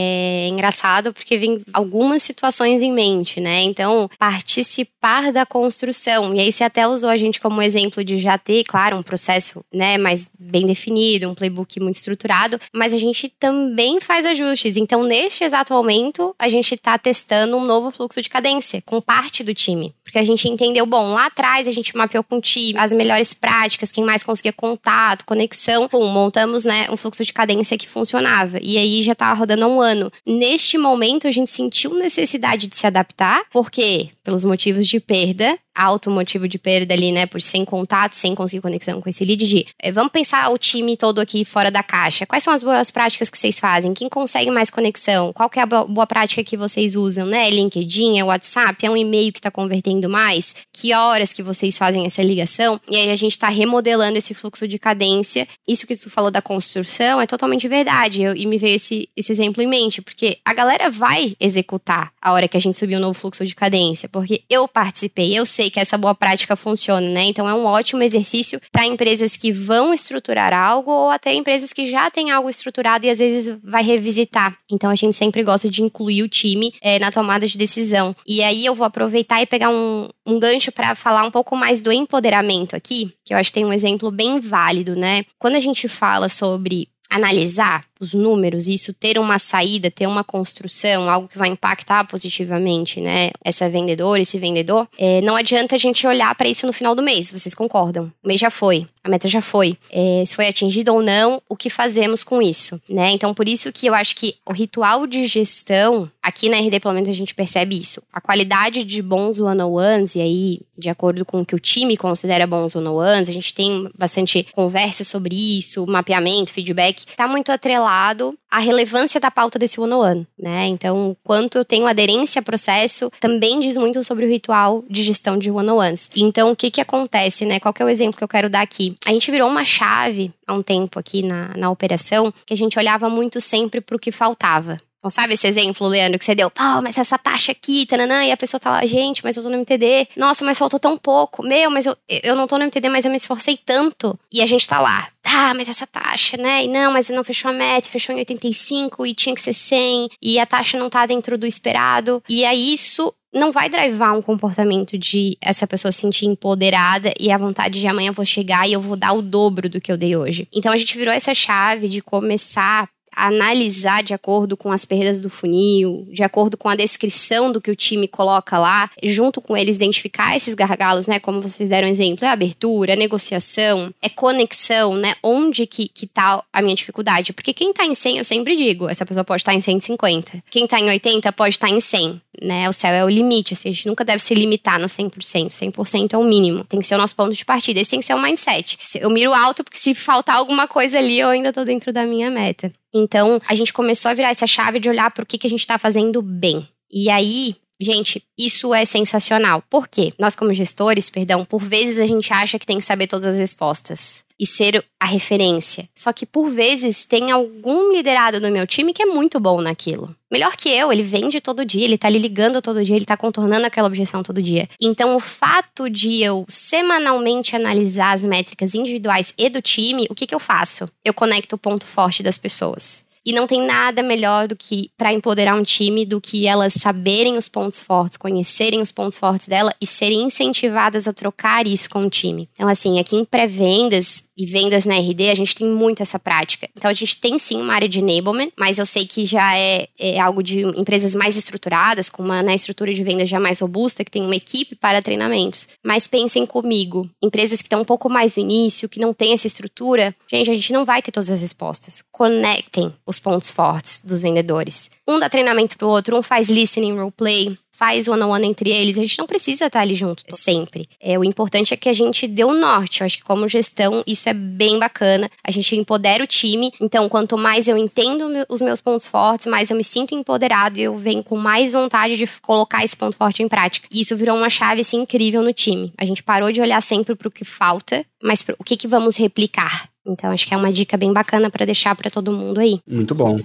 engraçado porque vem algumas situações em mente, né? Então, participar da construção. E aí você até usou a gente como exemplo de já ter, claro, um processo, né, mais bem definido, um playbook muito estruturado, mas a gente também faz ajustes. Então, neste exato momento, a gente está testando um novo fluxo de cadência com parte do time. Porque a gente entendeu, bom, lá atrás a gente mapeou com o time as melhores práticas, quem mais conseguia contato, conexão. Montamos, né, um fluxo de cadência que funcionava. E aí já estava rodando há um ano. Neste momento, a gente sentiu necessidade de se adaptar, porque pelos motivos de perda, alto motivo de perda ali, né, por sem contato, sem conseguir conexão com esse lead de, vamos pensar o time todo aqui fora da caixa. Quais são as boas práticas que vocês fazem? Quem consegue mais conexão? Qual que é a boa prática que vocês usam, né? LinkedIn, é WhatsApp, é um e-mail que está convertendo mais? Que horas que vocês fazem essa ligação? E aí a gente está remodelando esse fluxo de cadência. Isso que tu falou da construção é totalmente verdade. E me veio esse exemplo em mente, porque a galera vai executar a hora que a gente subir um novo fluxo de cadência, porque eu participei, eu sei que essa boa prática funciona, né? Então é um ótimo exercício para empresas que vão estruturar algo ou até empresas que já têm algo estruturado e às vezes vai revisitar. Então a gente sempre gosta de incluir o time na tomada de decisão. E aí eu vou aproveitar e pegar um gancho para falar um pouco mais do empoderamento aqui, que eu acho que tem um exemplo bem válido, né? Quando a gente fala sobre analisar os números, isso ter uma saída, ter uma construção, algo que vai impactar positivamente, né, essa vendedora, esse vendedor, não adianta a gente olhar para isso no final do mês, vocês concordam? O mês já foi, a meta já foi, se foi atingido ou não, o que fazemos com isso, né? Então, por isso que eu acho que o ritual de gestão, aqui na RD pelo menos a gente percebe isso, a qualidade de bons one-on-ones, e aí, de acordo com o que o time considera bons one-on-ones, a gente tem bastante conversa sobre isso, mapeamento, feedback, tá muito atrelado a relevância da pauta desse one-on-one, né? Então, quanto eu tenho aderência a processo, também diz muito sobre o ritual de gestão de one-on-ones. Então, o que acontece, né? Qual que é o exemplo que eu quero dar aqui? A gente virou uma chave há um tempo aqui na operação, que a gente olhava muito sempre pro que faltava. Então, sabe esse exemplo, Leandro, que você deu? Pô, mas essa taxa aqui, tananã, e a pessoa tá lá, gente, mas eu tô no MTD. Nossa, mas faltou tão pouco. Mas eu não tô no MTD, mas eu me esforcei tanto. E a gente tá lá. Mas essa taxa, né? E não, mas não fechou a meta, fechou em 85 e tinha que ser 100. E a taxa não tá dentro do esperado. E aí isso não vai drivar um comportamento de essa pessoa se sentir empoderada e a vontade de amanhã eu vou chegar e eu vou dar o dobro do que eu dei hoje. Então a gente virou essa chave de começar analisar de acordo com as perdas do funil, de acordo com a descrição do que o time coloca lá, junto com eles identificar esses gargalos, né, como vocês deram exemplo, é abertura, é negociação, é conexão, né, onde que tá a minha dificuldade, porque quem tá em 100, eu sempre digo, essa pessoa pode estar em 150, quem tá em 80 pode estar em 100, né, o céu é o limite, assim, a gente nunca deve se limitar no 100%, 100% é o mínimo, tem que ser o nosso ponto de partida, esse tem que ser o mindset, eu miro alto porque se faltar alguma coisa ali, eu ainda tô dentro da minha meta. Então, a gente começou a virar essa chave de olhar para o que a gente está fazendo bem. E aí, gente, isso é sensacional. Por quê? Nós como gestores, por vezes a gente acha que tem que saber todas as respostas e ser a referência. Só que, por vezes, tem algum liderado do meu time que é muito bom naquilo. Melhor que eu, ele vende todo dia, ele tá ali ligando todo dia, ele tá contornando aquela objeção todo dia. Então, o fato de eu semanalmente analisar as métricas individuais e do time, o que eu faço? Eu conecto o ponto forte das pessoas. E não tem nada melhor do que para empoderar um time do que elas saberem os pontos fortes, conhecerem os pontos fortes dela e serem incentivadas a trocar isso com o time. Então, assim, aqui em pré-vendas e vendas na RD, a gente tem muito essa prática. Então, a gente tem sim uma área de enablement, mas eu sei que já é algo de empresas mais estruturadas, com uma estrutura de vendas já mais robusta, que tem uma equipe para treinamentos. Mas pensem comigo, empresas que estão um pouco mais no início, que não tem essa estrutura, gente, a gente não vai ter todas as respostas. Conectem os pontos fortes dos vendedores. Um dá treinamento pro outro, um faz listening, roleplay, faz one-on-one entre eles. A gente não precisa estar ali junto sempre. O importante é que a gente dê o norte. Eu acho que como gestão, isso é bem bacana. A gente empodera o time. Então, quanto mais eu entendo os meus pontos fortes, mais eu me sinto empoderado e eu venho com mais vontade de colocar esse ponto forte em prática. E isso virou uma chave, assim, incrível no time. A gente parou de olhar sempre pro que falta, mas o que vamos replicar. Então, acho que é uma dica bem bacana para deixar para todo mundo aí. Muito bom.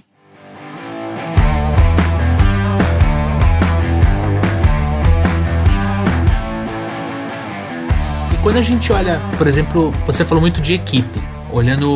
E quando a gente olha, por exemplo, você falou muito de equipe, olhando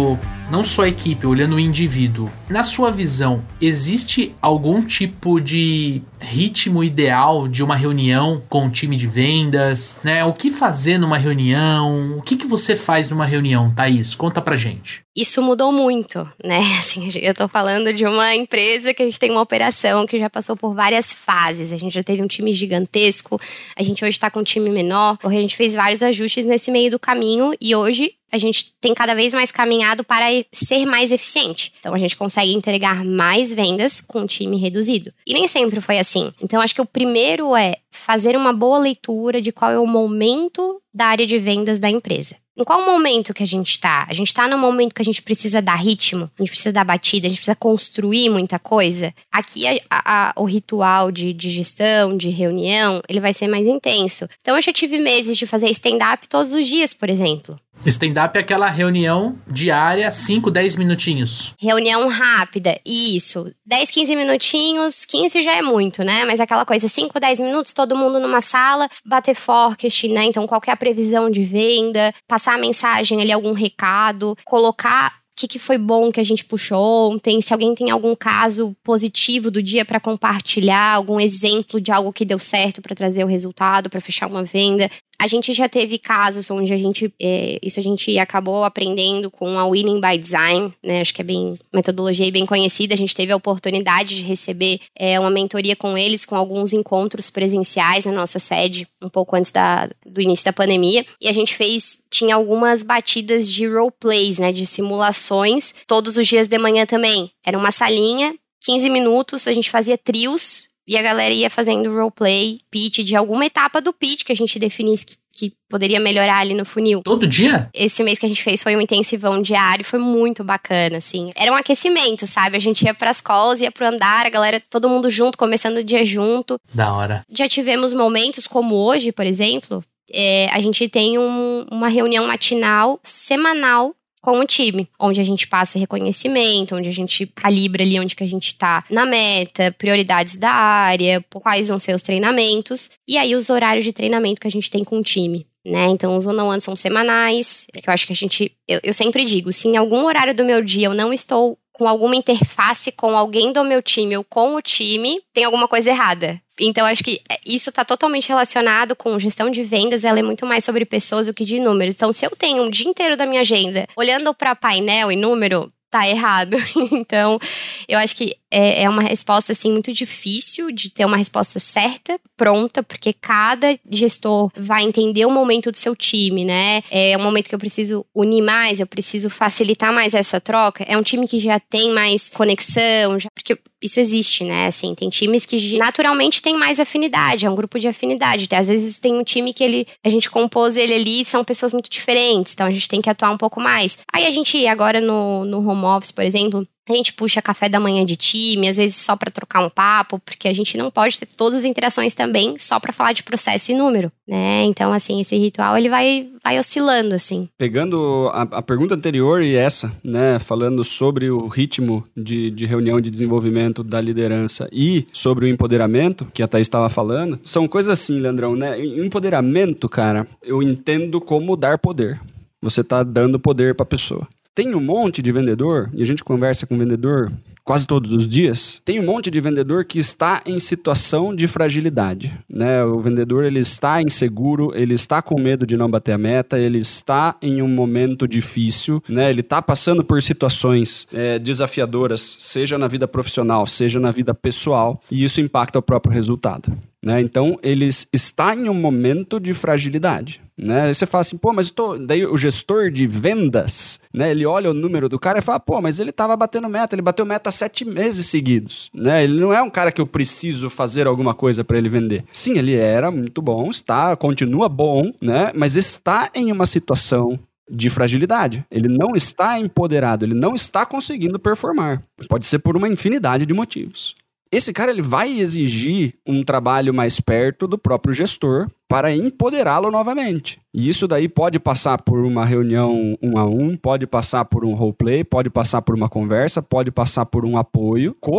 não só a equipe, olhando o indivíduo, na sua visão, existe algum tipo de ritmo ideal de uma reunião com o time de vendas, né? O que fazer numa reunião? O que você faz numa reunião, Thaís? Conta pra gente. Isso mudou muito, né? Assim, eu tô falando de uma empresa que a gente tem uma operação que já passou por várias fases. A gente já teve um time gigantesco, a gente hoje tá com um time menor, porque a gente fez vários ajustes nesse meio do caminho e hoje a gente tem cada vez mais caminhado para ser mais eficiente. Então, a gente consegue entregar mais vendas com um time reduzido. E nem sempre foi assim. Então, acho que o primeiro é fazer uma boa leitura de qual é o momento da área de vendas da empresa. Em qual momento que a gente está? A gente está no momento que a gente precisa dar ritmo, a gente precisa dar batida, a gente precisa construir muita coisa. Aqui o ritual de gestão, de reunião, ele vai ser mais intenso. Então eu já tive meses de fazer stand-up todos os dias, por exemplo. Stand-up é aquela reunião diária, 5, 10 minutinhos. Reunião rápida, isso. 10, 15 minutinhos, 15 já é muito, né? Mas aquela coisa, 5, 10 minutos, todo mundo numa sala, bater forecast, né? Então, qual que é a previsão de venda, passar a mensagem ali, algum recado, colocar o que foi bom que a gente puxou ontem, se alguém tem algum caso positivo do dia para compartilhar, algum exemplo de algo que deu certo para trazer o resultado, para fechar uma venda. A gente já teve casos onde isso a gente acabou aprendendo com a Winning by Design, né? Acho que é metodologia bem conhecida. A gente teve a oportunidade de receber uma mentoria com eles, com alguns encontros presenciais na nossa sede, um pouco antes do início da pandemia. E a gente tinha algumas batidas de roleplays, né? De simulações, todos os dias de manhã também. Era uma salinha, 15 minutos, a gente fazia trios, e a galera ia fazendo roleplay, pitch de alguma etapa do pitch que a gente definisse que poderia melhorar ali no funil. Todo dia? Esse mês que a gente fez foi um intensivão diário, foi muito bacana, assim. Era um aquecimento, sabe? A gente ia pras calls, ia pro andar, a galera, todo mundo junto, começando o dia junto. Da hora. Já tivemos momentos como hoje, por exemplo, a gente tem uma reunião matinal, semanal, com o time, onde a gente passa reconhecimento, onde a gente calibra ali onde que a gente tá na meta, prioridades da área, quais vão ser os treinamentos, e aí os horários de treinamento que a gente tem com o time, né? Então os one-on-one são semanais, que eu acho que eu sempre digo, se em algum horário do meu dia eu não estou com alguma interface com alguém do meu time ou com o time, tem alguma coisa errada. Então, acho que isso está totalmente relacionado com gestão de vendas, ela é muito mais sobre pessoas do que de números. Então, se eu tenho um dia inteiro da minha agenda olhando para painel e número, tá errado. Então, eu acho que é uma resposta, assim, muito difícil de ter uma resposta certa, pronta, porque cada gestor vai entender o momento do seu time, né? É um momento que eu preciso unir mais, eu preciso facilitar mais essa troca. É um time que já tem mais conexão, porque isso existe, né? Assim, tem times que naturalmente têm mais afinidade, é um grupo de afinidade. Às vezes tem um time que a gente compôs ele ali, são pessoas muito diferentes, então a gente tem que atuar um pouco mais. Aí a gente, agora no home office, por exemplo, a gente puxa café da manhã de time, às vezes só para trocar um papo, porque a gente não pode ter todas as interações também só para falar de processo e número, né? Então, assim, esse ritual, ele vai oscilando, assim. Pegando a pergunta anterior e essa, né, falando sobre o ritmo de reunião de desenvolvimento da liderança e sobre o empoderamento, que a Thaís estava falando, são coisas assim, Leandrão, né? Empoderamento, cara, eu entendo como dar poder. Você tá dando poder pra pessoa. Tem um monte de vendedor, e a gente conversa com vendedor quase todos os dias, tem um monte de vendedor que está em situação de fragilidade, né? O vendedor, ele está inseguro, ele está com medo de não bater a meta, ele está em um momento difícil, né? Ele está passando por situações desafiadoras, seja na vida profissional, seja na vida pessoal, e isso impacta o próprio resultado, né? Então, ele está em um momento de fragilidade, né? Aí você fala assim, pô, mas daí o gestor de vendas, né? Ele olha o número do cara e fala, pô, mas ele estava batendo meta, ele bateu meta 7 meses seguidos, né? Ele não é um cara que eu preciso fazer alguma coisa para ele vender. Sim, ele era muito bom, continua bom, né? Mas está em uma situação de fragilidade. Ele não está empoderado, ele não está conseguindo performar. Pode ser por uma infinidade de motivos. Esse cara, ele vai exigir um trabalho mais perto do próprio gestor para empoderá-lo novamente. E isso daí pode passar por uma reunião 1-a-1, pode passar por um roleplay, pode passar por uma conversa, pode passar por um apoio, como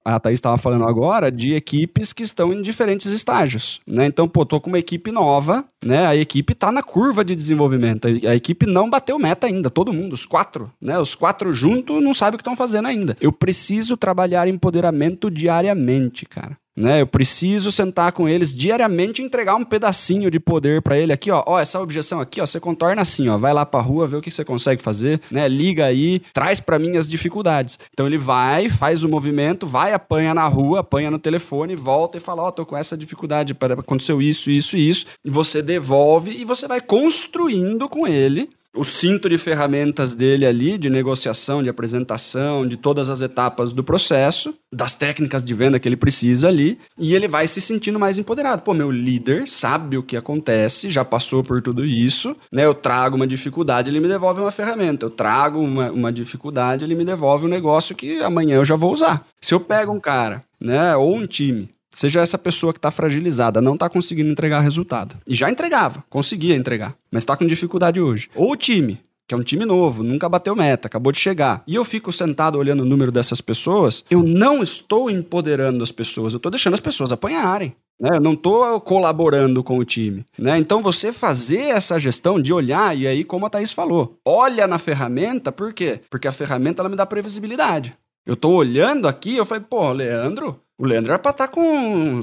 a Thaís estava falando agora de equipes que estão em diferentes estágios, né? Então, tô com uma equipe nova, né? A equipe tá na curva de desenvolvimento. A equipe não bateu meta ainda, todo mundo, os 4, né? Os 4 juntos não sabem o que estão fazendo ainda. Eu preciso trabalhar empoderamento diariamente, cara. Né, eu preciso sentar com eles diariamente e entregar um pedacinho de poder pra ele aqui, ó, essa objeção aqui, ó, você contorna assim, ó, vai lá pra rua, vê o que você consegue fazer, né, liga aí, traz pra mim as dificuldades. Então ele vai, faz o movimento, vai, apanha na rua, apanha no telefone, volta e fala, tô com essa dificuldade, aconteceu isso, isso e isso, e você devolve e você vai construindo com ele o cinto de ferramentas dele ali, de negociação, de apresentação, de todas as etapas do processo, das técnicas de venda que ele precisa ali, e ele vai se sentindo mais empoderado. Meu líder sabe o que acontece, já passou por tudo isso, né? Eu trago uma dificuldade, ele me devolve uma ferramenta. Eu trago uma dificuldade, ele me devolve um negócio que amanhã eu já vou usar. Se eu pego um cara, né, ou um time, seja essa pessoa que está fragilizada, não está conseguindo entregar resultado. E já entregava, conseguia entregar, mas está com dificuldade hoje. Ou o time, que é um time novo, nunca bateu meta, acabou de chegar. E eu fico sentado olhando o número dessas pessoas, eu não estou empoderando as pessoas, eu estou deixando as pessoas apanharem. Né? Eu não estou colaborando com o time. Né? Então você fazer essa gestão de olhar, e aí como a Thaís falou, olha na ferramenta, por quê? Porque a ferramenta ela me dá previsibilidade. Eu tô olhando aqui, eu falei, o Leandro era pra estar com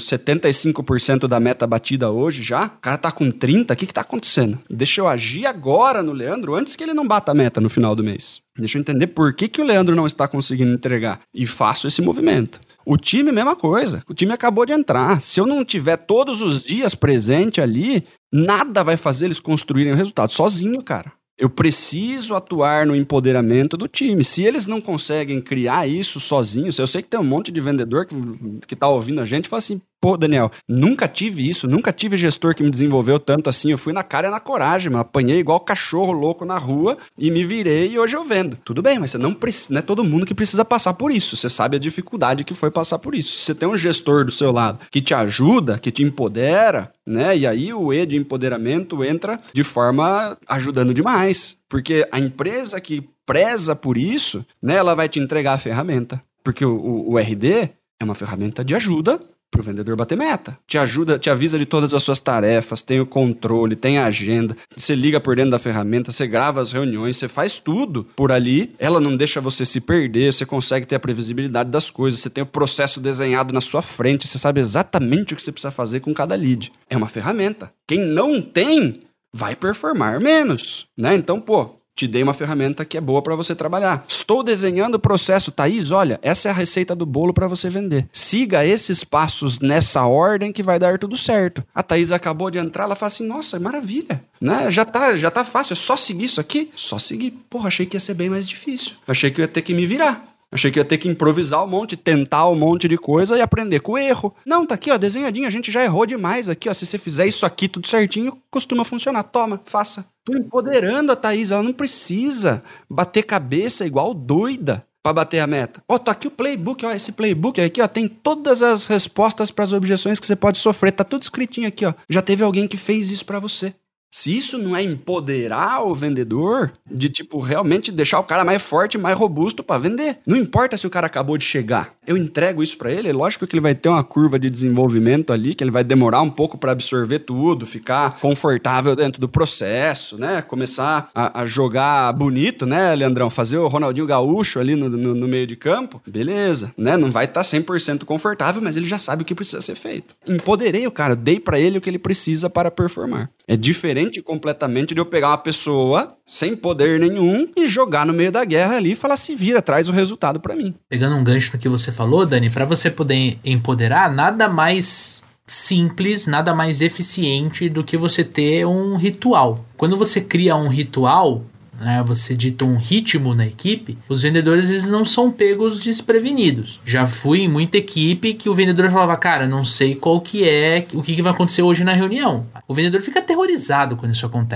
75% da meta batida hoje já. O cara tá com 30%, o que tá acontecendo? Deixa eu agir agora no Leandro, antes que ele não bata a meta no final do mês. Deixa eu entender por que o Leandro não está conseguindo entregar. E faço esse movimento. O time, mesma coisa. O time acabou de entrar. Se eu não tiver todos os dias presente ali, nada vai fazer eles construírem o resultado sozinho, cara. Eu preciso atuar no empoderamento do time. Se eles não conseguem criar isso sozinhos, eu sei que tem um monte de vendedor que tá ouvindo a gente e fala assim, Daniel, nunca tive isso, nunca tive gestor que me desenvolveu tanto assim, eu fui na cara e na coragem, mas apanhei igual cachorro louco na rua e me virei e hoje eu vendo. Tudo bem, mas você não é todo mundo que precisa passar por isso, você sabe a dificuldade que foi passar por isso. Se você tem um gestor do seu lado que te ajuda, que te empodera, né, e aí o E de empoderamento entra de forma ajudando demais, porque a empresa que preza por isso, né, ela vai te entregar a ferramenta, porque o RD é uma ferramenta de ajuda para o vendedor bater meta. Te ajuda, te avisa de todas as suas tarefas, tem o controle, tem a agenda, você liga por dentro da ferramenta, você grava as reuniões, você faz tudo por ali, ela não deixa você se perder, você consegue ter a previsibilidade das coisas, você tem o processo desenhado na sua frente, você sabe exatamente o que você precisa fazer com cada lead. É uma ferramenta. Quem não tem, vai performar menos, né? Então, te dei uma ferramenta que é boa para você trabalhar. Estou desenhando o processo, Thaís, olha, essa é a receita do bolo para você vender. Siga esses passos nessa ordem que vai dar tudo certo. A Thaís acabou de entrar, ela fala assim, nossa, maravilha, né? Já tá fácil, é só seguir isso aqui? Só seguir. Achei que ia ser bem mais difícil. Achei que eu ia ter que me virar. Achei que ia ter que improvisar um monte, tentar um monte de coisa e aprender com o erro. Não, tá aqui, ó, desenhadinho, a gente já errou demais aqui, ó. Se você fizer isso aqui tudo certinho, costuma funcionar. Toma, faça. Tô empoderando a Thaís, ela não precisa bater cabeça igual doida pra bater a meta. Tá aqui o playbook, ó, esse playbook aqui, ó, tem todas as respostas para as objeções que você pode sofrer, tá tudo escritinho aqui, ó. Já teve alguém que fez isso pra você. Se isso não é empoderar o vendedor, de realmente deixar o cara mais forte, mais robusto para vender. Não importa se o cara acabou de chegar. Eu entrego isso para ele, é lógico que ele vai ter uma curva de desenvolvimento ali, que ele vai demorar um pouco para absorver tudo, ficar confortável dentro do processo, né? Começar a jogar bonito, né, Leandrão? Fazer o Ronaldinho Gaúcho ali no meio de campo. Beleza, né? Não vai estar 100% confortável, mas ele já sabe o que precisa ser feito. Empoderei o cara, dei para ele o que ele precisa para performar. É diferente completamente de eu pegar uma pessoa sem poder nenhum e jogar no meio da guerra ali e falar, se vira, traz o resultado pra mim. Pegando um gancho no que você falou, Dani, pra você poder empoderar, nada mais simples, nada mais eficiente do que você ter um ritual. Quando você cria um ritual, né, você dita um ritmo na equipe, os vendedores eles não são pegos desprevenidos. Já fui em muita equipe que o vendedor falava, cara, não sei qual que é, o que vai acontecer hoje na reunião. O vendedor fica aterrorizado quando isso acontece.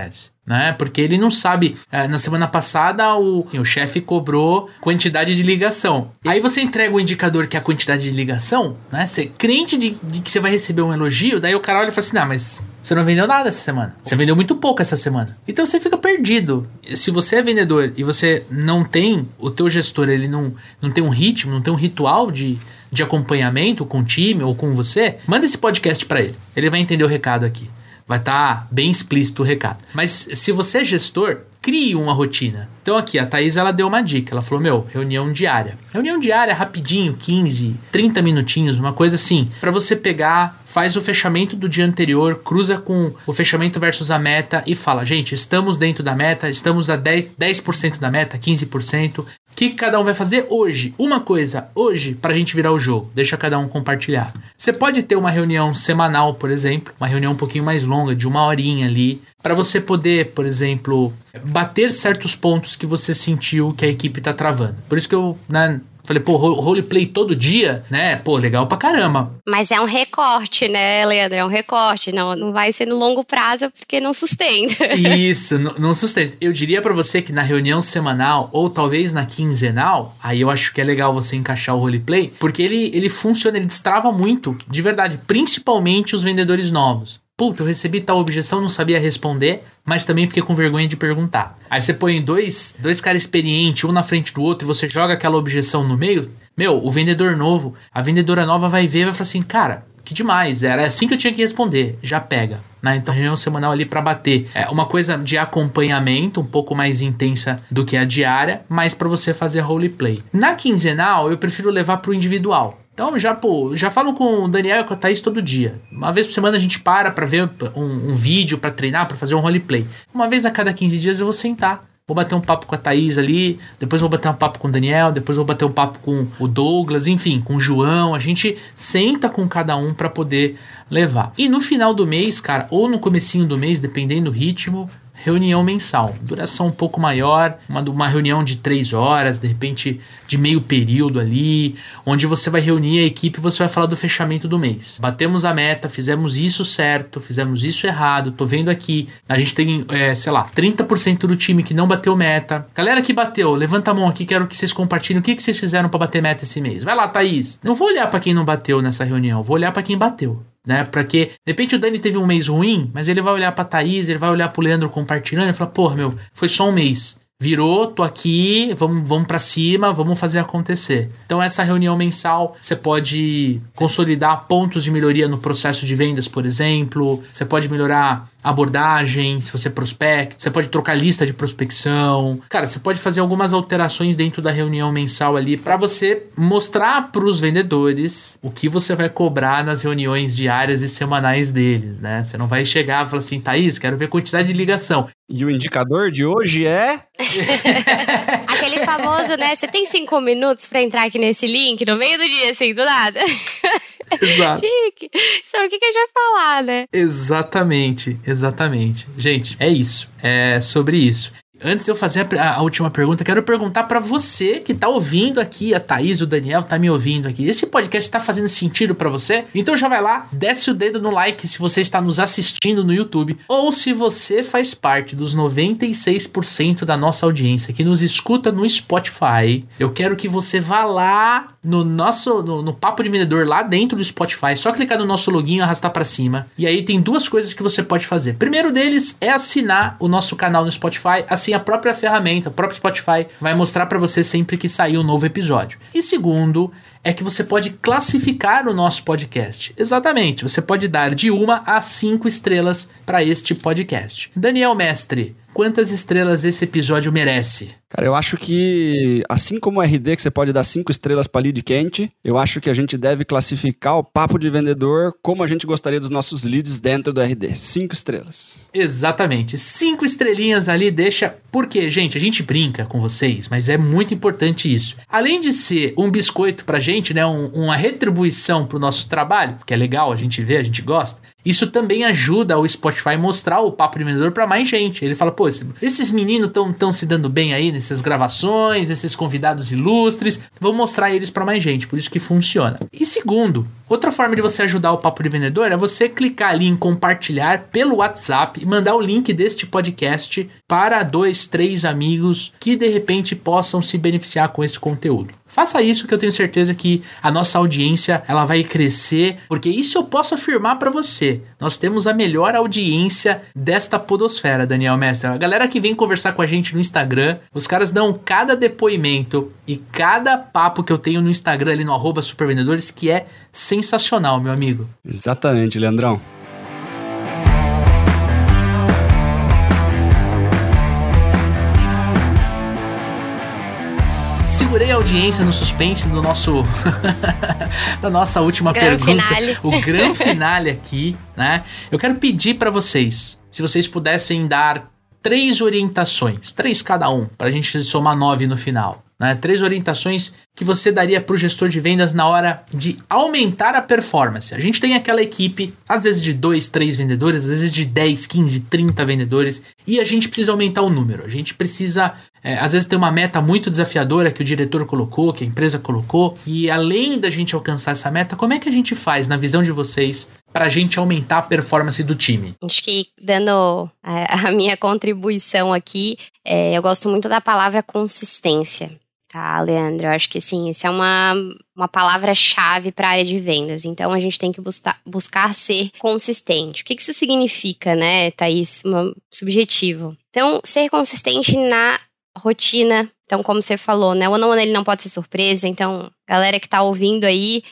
né? Porque ele não sabe, na semana passada o chefe cobrou quantidade de ligação. Aí você entrega o indicador que é a quantidade de ligação, né? Você crente de que você vai receber um elogio, daí o cara olha e fala assim, não, mas você não vendeu nada essa semana. Você vendeu muito pouco essa semana. Então você fica perdido. Se você é vendedor e você não tem, o teu gestor, ele não tem um ritmo, não tem um ritual de acompanhamento com o time ou com você, manda esse podcast pra ele. Ele vai entender o recado aqui. Vai estar bem explícito o recado. Mas se você é gestor, crie uma rotina. Então aqui, a Thaís, ela deu uma dica. Ela falou, reunião diária. Reunião diária, rapidinho, 15, 30 minutinhos, uma coisa assim. Pra você pegar, faz o fechamento do dia anterior, cruza com o fechamento versus a meta e fala, gente, estamos dentro da meta, estamos a 10% da meta, 15%. O que cada um vai fazer hoje? Uma coisa, hoje, pra gente virar o jogo. Deixa cada um compartilhar. Você pode ter uma reunião semanal, por exemplo, uma reunião um pouquinho mais longa, de 1 horinha ali, para você poder, por exemplo, bater certos pontos que você sentiu que a equipe tá travando. Por isso que eu, falei, roleplay todo dia, né? Legal pra caramba. Mas é um recorte, né, Leandro? É um recorte. Não vai ser no longo prazo porque não sustenta. Isso, não sustenta. Eu diria pra você que na reunião semanal ou talvez na quinzenal, aí eu acho que é legal você encaixar o roleplay, porque ele funciona, ele destrava muito, de verdade, principalmente os vendedores novos. Eu recebi tal objeção, não sabia responder, mas também fiquei com vergonha de perguntar. Aí você põe dois caras experientes, um na frente do outro, e você joga aquela objeção no meio. O vendedor novo, a vendedora nova vai ver e vai falar assim, cara, que demais, era assim que eu tinha que responder, já pega. Né? Então, reunião semanal ali pra bater. É uma coisa de acompanhamento, um pouco mais intensa do que a diária, mas pra você fazer roleplay. Na quinzenal, eu prefiro levar pro individual. Então, já falo com o Daniel e com a Thaís todo dia. Uma vez por semana a gente para ver um vídeo pra treinar, pra fazer um roleplay. Uma vez a cada 15 dias eu vou sentar. Vou bater um papo com a Thaís ali, depois vou bater um papo com o Daniel, depois vou bater um papo com o Douglas, enfim, com o João. A gente senta com cada um pra poder levar. E no final do mês, cara, ou no comecinho do mês, dependendo do ritmo, reunião mensal, duração um pouco maior, uma reunião de 3 horas, de repente de meio período ali, onde você vai reunir a equipe e você vai falar do fechamento do mês. Batemos a meta, fizemos isso certo, fizemos isso errado, tô vendo aqui, a gente tem, 30% do time que não bateu meta. Galera que bateu, levanta a mão aqui, quero que vocês compartilhem o que vocês fizeram pra bater meta esse mês. Vai lá, Thaís. Não vou olhar pra quem não bateu nessa reunião, vou olhar pra quem bateu. Né? Porque, de repente o Dani teve um mês ruim, mas ele vai olhar pra Thaís, ele vai olhar pro Leandro compartilhando e falar, foi só um mês. Virou, tô aqui, vamos pra cima, vamos fazer acontecer. Então essa reunião mensal, você pode consolidar pontos de melhoria no processo de vendas, por exemplo. Você pode melhorar a abordagem, se você prospecta. Você pode trocar lista de prospecção. Cara, você pode fazer algumas alterações dentro da reunião mensal ali para você mostrar pros vendedores o que você vai cobrar nas reuniões diárias e semanais deles, né? Você não vai chegar e falar assim, Thaís, quero ver a quantidade de ligação. E o indicador de hoje é... Aquele famoso, né? Você tem 5 minutos pra entrar aqui nesse link no meio do dia, assim, do nada. Exato. Chique. Sobre o que a gente vai falar, né? Exatamente. Gente, é isso. É sobre isso. Antes de eu fazer a última pergunta, quero perguntar pra você que tá ouvindo aqui, a Thaís, o Daniel, tá me ouvindo aqui. Esse podcast tá fazendo sentido pra você? Então já vai lá, desce o dedo no like se você está nos assistindo no YouTube ou se você faz parte dos 96% da nossa audiência que nos escuta no Spotify. Eu quero que você vá lá no Papo de Vendedor, lá dentro do Spotify, só clicar no nosso login e arrastar pra cima. E aí tem 2 coisas que você pode fazer. Primeiro deles é assinar o nosso canal no Spotify, assim a própria ferramenta, o próprio Spotify vai mostrar pra você sempre que sair um novo episódio. E segundo, é que você pode classificar o nosso podcast. Exatamente, você pode dar de 1 a 5 estrelas para este podcast. Daniel Mestre, quantas estrelas esse episódio merece? Cara, eu acho que, assim como o RD, que você pode dar 5 estrelas para lead quente, eu acho que a gente deve classificar o Papo de Vendedor como a gente gostaria dos nossos leads dentro do RD. 5 estrelas. Exatamente. 5 estrelinhas ali deixa... Porque, gente, a gente brinca com vocês, mas é muito importante isso. Além de ser um biscoito pra gente, né, uma retribuição pro nosso trabalho, que é legal, a gente vê, a gente gosta, isso também ajuda o Spotify a mostrar o Papo de Vendedor pra mais gente. Ele fala, esses meninos tão se dando bem aí essas gravações, esses convidados ilustres. Vamos mostrar eles para mais gente, por isso que funciona. E segundo, outra forma de você ajudar o Papo de Vendedor é você clicar ali em compartilhar pelo WhatsApp e mandar o link deste podcast para 2, 3 amigos que de repente possam se beneficiar com esse conteúdo. Faça isso que eu tenho certeza que a nossa audiência ela vai crescer, porque isso eu posso afirmar para você. Nós temos a melhor audiência desta podosfera, Daniel Mestre. A galera que vem conversar com a gente no Instagram, os caras dão cada depoimento e cada papo que eu tenho no Instagram ali no @supervendedores que é sensacional, meu amigo. Exatamente, Leandrão. Segurei a audiência no suspense do nosso da nossa última pergunta. Finale. O grande finale aqui, né? Eu quero pedir para vocês, se vocês pudessem dar 3 orientações, 3 cada um, pra gente somar 9 no final, né? 3 orientações que você daria pro gestor de vendas na hora de aumentar a performance. A gente tem aquela equipe, às vezes de 2, 3 vendedores, às vezes de 10, 15, 30 vendedores, e a gente precisa aumentar o número. A gente precisa, às vezes, ter uma meta muito desafiadora que o diretor colocou, que a empresa colocou, e além da gente alcançar essa meta, como é que a gente faz, na visão de vocês, pra gente aumentar a performance do time? Acho que, dando a minha contribuição aqui, eu gosto muito da palavra consistência. Tá, Leandro? Eu acho que sim, isso é uma palavra-chave para a área de vendas. Então, a gente tem que buscar ser consistente. O que isso significa, né, Thaís? Subjetivo. Então, ser consistente na rotina. Então, como você falou, né, o one-on-one ele não pode ser surpresa. Então, galera que tá ouvindo aí,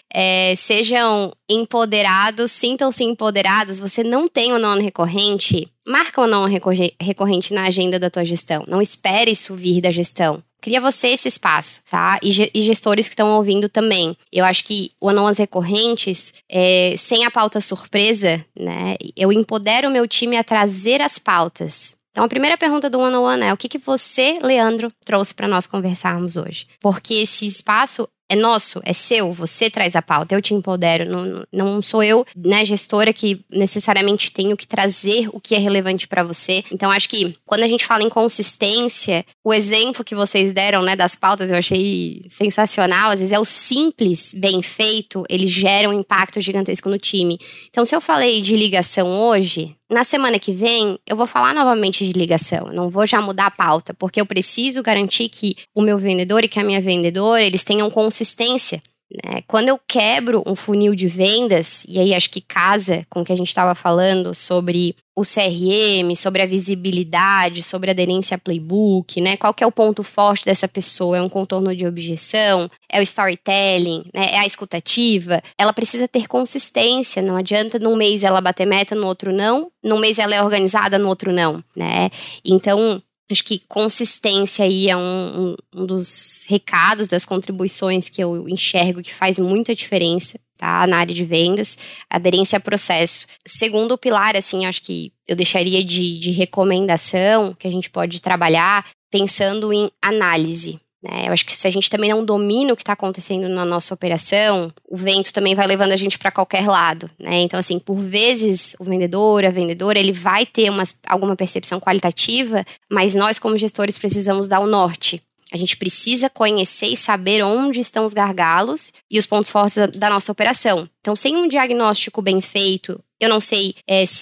sejam empoderados, sintam-se empoderados. Você não tem one-on-one recorrente? Marca um one-on-one recorrente na agenda da tua gestão. Não espere isso vir da gestão. Cria você esse espaço, tá? E gestores que estão ouvindo também. Eu acho que one-on-ones recorrentes, sem a pauta surpresa, né? Eu empodero o meu time a trazer as pautas. Então, a primeira pergunta do one-on-one é: o que você, Leandro, trouxe para nós conversarmos hoje? Porque esse espaço é nosso, é seu, você traz a pauta, eu te empodero, não sou eu, né, gestora, que necessariamente tenho que trazer o que é relevante para você. Então, acho que quando a gente fala em consistência, o exemplo que vocês deram, né, das pautas, eu achei sensacional. Às vezes é o simples, bem feito, ele gera um impacto gigantesco no time. Então, se eu falei de ligação hoje, na semana que vem, eu vou falar novamente de ligação. Eu não vou já mudar a pauta, porque eu preciso garantir que o meu vendedor e que a minha vendedora, eles tenham consistência, né? Quando eu quebro um funil de vendas, e aí acho que casa com o que a gente estava falando sobre o CRM, sobre a visibilidade, sobre a aderência a playbook, né? Qual que é o ponto forte dessa pessoa? É um contorno de objeção? É o storytelling? Né? É a escutativa? Ela precisa ter consistência. Não adianta num mês ela bater meta, no outro não. Num mês ela é organizada, no outro não, né? Então, acho que consistência aí é um dos recados, das contribuições que eu enxergo que faz muita diferença, tá? Na área de vendas, aderência a processo. Segundo pilar, assim, acho que eu deixaria de recomendação que a gente pode trabalhar pensando em análise, né? Eu acho que se a gente também não domina o que está acontecendo na nossa operação, o vento também vai levando a gente para qualquer lado, né? Então, assim, por vezes o vendedor, a vendedora, ele vai ter alguma percepção qualitativa, mas nós como gestores precisamos dar o norte. A gente precisa conhecer e saber onde estão os gargalos e os pontos fortes da nossa operação. Então, sem um diagnóstico bem feito, eu não sei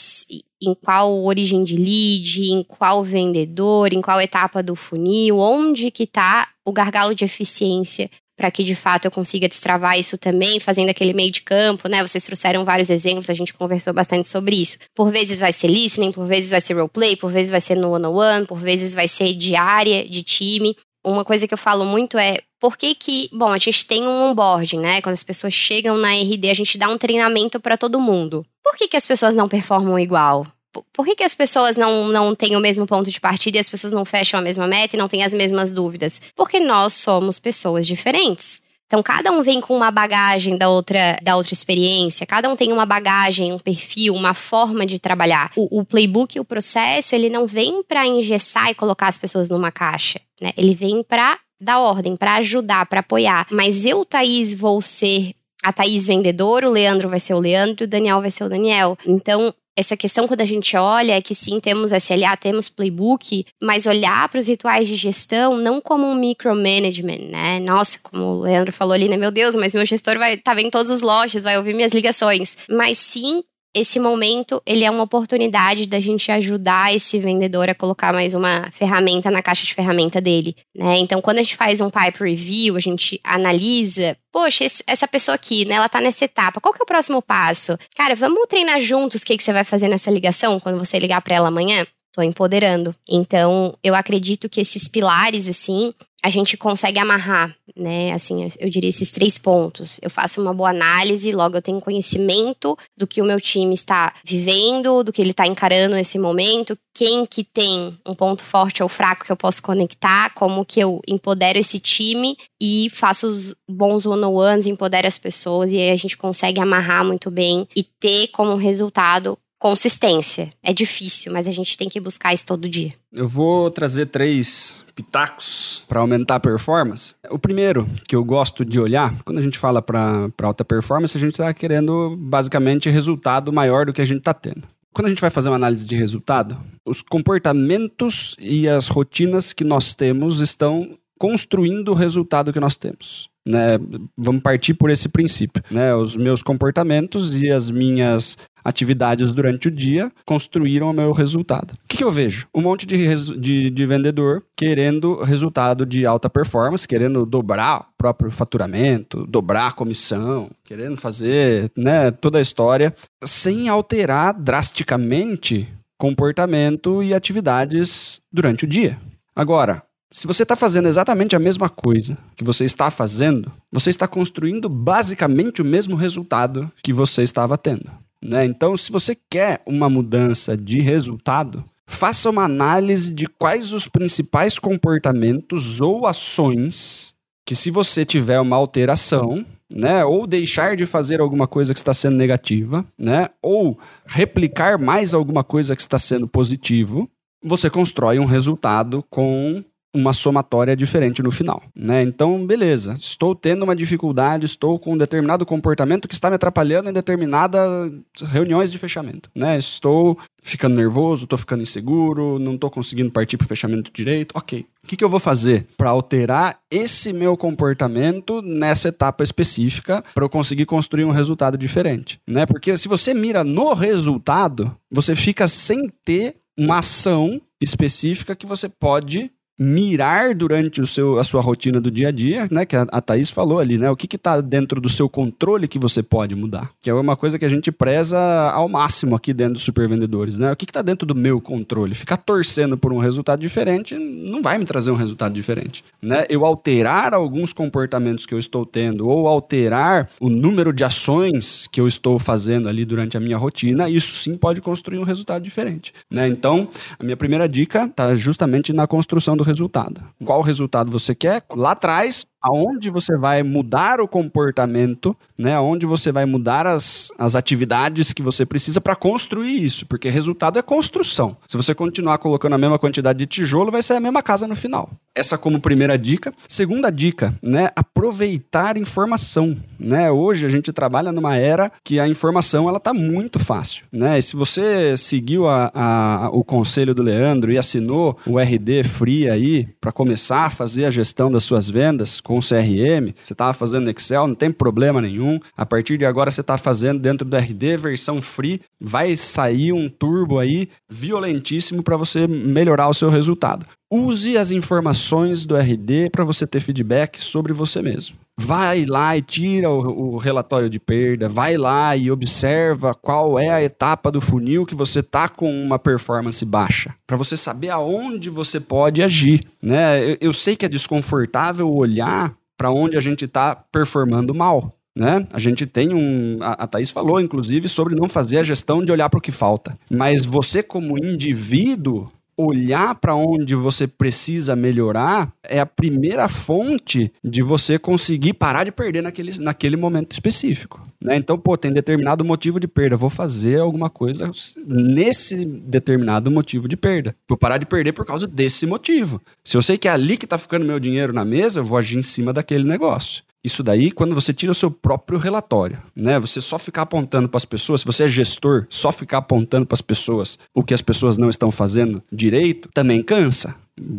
em qual origem de lead, em qual vendedor, em qual etapa do funil, onde que está o gargalo de eficiência para que de fato eu consiga destravar isso também, fazendo aquele meio de campo, né? Vocês trouxeram vários exemplos, a gente conversou bastante sobre isso. Por vezes vai ser listening, por vezes vai ser roleplay, por vezes vai ser no one-on-one, por vezes vai ser de área, de time. Uma coisa que eu falo muito é, por que bom, a gente tem um onboarding, né? Quando as pessoas chegam na RD, a gente dá um treinamento para todo mundo. Por que as pessoas não performam igual? Por que as pessoas não têm o mesmo ponto de partida e as pessoas não fecham a mesma meta e não têm as mesmas dúvidas? Porque nós somos pessoas diferentes. Então, cada um vem com uma bagagem da outra experiência, cada um tem uma bagagem, um perfil, uma forma de trabalhar. O playbook, o processo, ele não vem para engessar e colocar as pessoas numa caixa, né? Ele vem para dar ordem, para ajudar, para apoiar. Mas eu, Thaís, vou ser a Thaís vendedora, o Leandro vai ser o Leandro e o Daniel vai ser o Daniel. Então, essa questão quando a gente olha é que sim, temos SLA, temos playbook, mas olhar para os rituais de gestão não como um micromanagement, né? Nossa, como o Leandro falou ali, né? Meu Deus, mas meu gestor vai estar em todas as lojas, vai ouvir minhas ligações. Mas sim, esse momento, ele é uma oportunidade da gente ajudar esse vendedor a colocar mais uma ferramenta na caixa de ferramenta dele, né? Então, quando a gente faz um pipe review, a gente analisa, poxa, essa pessoa aqui, né, ela tá nessa etapa, qual que é o próximo passo? Cara, vamos treinar juntos o que você vai fazer nessa ligação, quando você ligar pra ela amanhã? Tô empoderando. Então, eu acredito que esses pilares, assim, a gente consegue amarrar, né? Assim, eu diria esses 3 pontos. Eu faço uma boa análise, logo eu tenho conhecimento do que o meu time está vivendo, do que ele está encarando nesse momento, quem que tem um ponto forte ou fraco que eu posso conectar, como que eu empodero esse time e faço os bons one-on-ones, empodero as pessoas e aí a gente consegue amarrar muito bem e ter como resultado consistência. É difícil, mas a gente tem que buscar isso todo dia. Eu vou trazer 3 pitacos para aumentar a performance. O primeiro que eu gosto de olhar, quando a gente fala para alta performance, a gente está querendo basicamente resultado maior do que a gente está tendo. Quando a gente vai fazer uma análise de resultado, os comportamentos e as rotinas que nós temos estão construindo o resultado que nós temos. Né? Vamos partir por esse princípio. Né? Os meus comportamentos e as minhas atividades durante o dia construíram o meu resultado. O que eu vejo? Um monte de vendedor querendo resultado de alta performance, querendo dobrar o próprio faturamento, dobrar a comissão, querendo fazer, né, toda a história, sem alterar drasticamente comportamento e atividades durante o dia. Agora, se você está fazendo exatamente a mesma coisa que você está fazendo, você está construindo basicamente o mesmo resultado que você estava tendo. Né? Então, se você quer uma mudança de resultado, faça uma análise de quais os principais comportamentos ou ações que, se você tiver uma alteração, né, ou deixar de fazer alguma coisa que está sendo negativa, né, ou replicar mais alguma coisa que está sendo positivo, você constrói um resultado com uma somatória diferente no final, né? Então, beleza, estou tendo uma dificuldade, estou com um determinado comportamento que está me atrapalhando em determinadas reuniões de fechamento, né? Estou ficando nervoso, estou ficando inseguro, não estou conseguindo partir para o fechamento direito. Ok, o que eu vou fazer para alterar esse meu comportamento nessa etapa específica para eu conseguir construir um resultado diferente, né? Porque se você mira no resultado, você fica sem ter uma ação específica que você pode mirar durante a sua rotina do dia a dia, né, que a Thaís falou ali, né, o que está dentro do seu controle que você pode mudar, que é uma coisa que a gente preza ao máximo aqui dentro dos Supervendedores, né, o que está dentro do meu controle. Ficar torcendo por um resultado diferente não vai me trazer um resultado diferente, né, eu alterar alguns comportamentos que eu estou tendo ou alterar o número de ações que eu estou fazendo ali durante a minha rotina, isso sim pode construir um resultado diferente, né, então a minha primeira dica está justamente na construção do resultado. Qual resultado você quer? Lá atrás, aonde você vai mudar o comportamento, né? Aonde você vai mudar as atividades que você precisa para construir isso, porque resultado é construção. Se você continuar colocando a mesma quantidade de tijolo, vai ser a mesma casa no final. Essa como primeira dica. Segunda dica, né? Aproveitar informação, né? Hoje a gente trabalha numa era que a informação ela tá muito fácil, né? E se você seguiu o conselho do Leandro e assinou o RD Free aí para começar a fazer a gestão das suas vendas com o CRM, você estava fazendo no Excel, não tem problema nenhum. A partir de agora você está fazendo dentro do RD, versão free, vai sair um turbo aí violentíssimo para você melhorar o seu resultado. Use as informações do RD para você ter feedback sobre você mesmo. Vai lá e tira o relatório de perda, vai lá e observa qual é a etapa do funil que você está com uma performance baixa, para você saber aonde você pode agir, né? Eu sei que é desconfortável olhar para onde a gente está performando mal, né? A gente tem a Thaís falou, inclusive, sobre não fazer a gestão de olhar para o que falta, mas você como indivíduo, olhar para onde você precisa melhorar é a primeira fonte de você conseguir parar de perder naquele momento específico, né? Então, tem determinado motivo de perda, vou fazer alguma coisa nesse determinado motivo de perda. Vou parar de perder por causa desse motivo. Se eu sei que é ali que está ficando meu dinheiro na mesa, eu vou agir em cima daquele negócio. Isso daí, quando você tira o seu próprio relatório, né? Você só ficar apontando para as pessoas, se você é gestor, só ficar apontando para as pessoas o que as pessoas não estão fazendo direito, também cansa.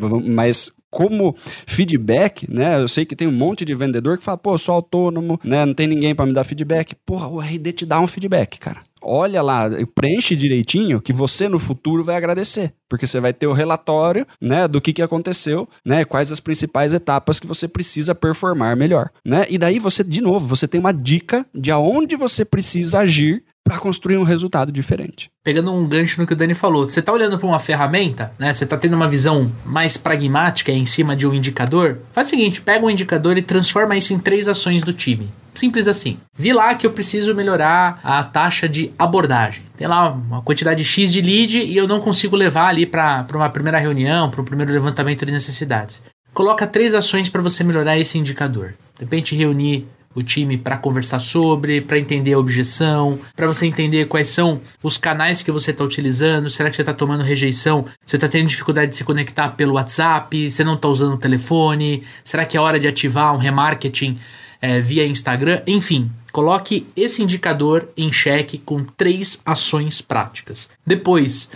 Mas como feedback, né? Eu sei que tem um monte de vendedor que fala, pô, eu sou autônomo, né? Não tem ninguém para me dar feedback. Porra, o RD te dá um feedback, cara. Olha lá, preenche direitinho que você no futuro vai agradecer, porque você vai ter o relatório, né, do que aconteceu, né, quais as principais etapas que você precisa performar melhor, né? E daí você, de novo, você tem uma dica de aonde você precisa agir para construir um resultado diferente. Pegando um gancho no que o Dani falou, você está olhando para uma ferramenta, né? Você está tendo uma visão mais pragmática em cima de um indicador. Faz o seguinte, pega um indicador e transforma isso em 3 ações do time. Simples assim. Vi lá que eu preciso melhorar a taxa de abordagem. Tem lá uma quantidade X de lead e eu não consigo levar ali para uma primeira reunião, para um primeiro levantamento de necessidades. Coloca 3 ações para você melhorar esse indicador. De repente reunir o time para conversar sobre, para entender a objeção, para você entender quais são os canais que você está utilizando, será que você está tomando rejeição, você está tendo dificuldade de se conectar pelo WhatsApp, você não está usando o telefone, será que é hora de ativar um remarketing via Instagram, enfim, coloque esse indicador em xeque com 3 ações práticas. Depois,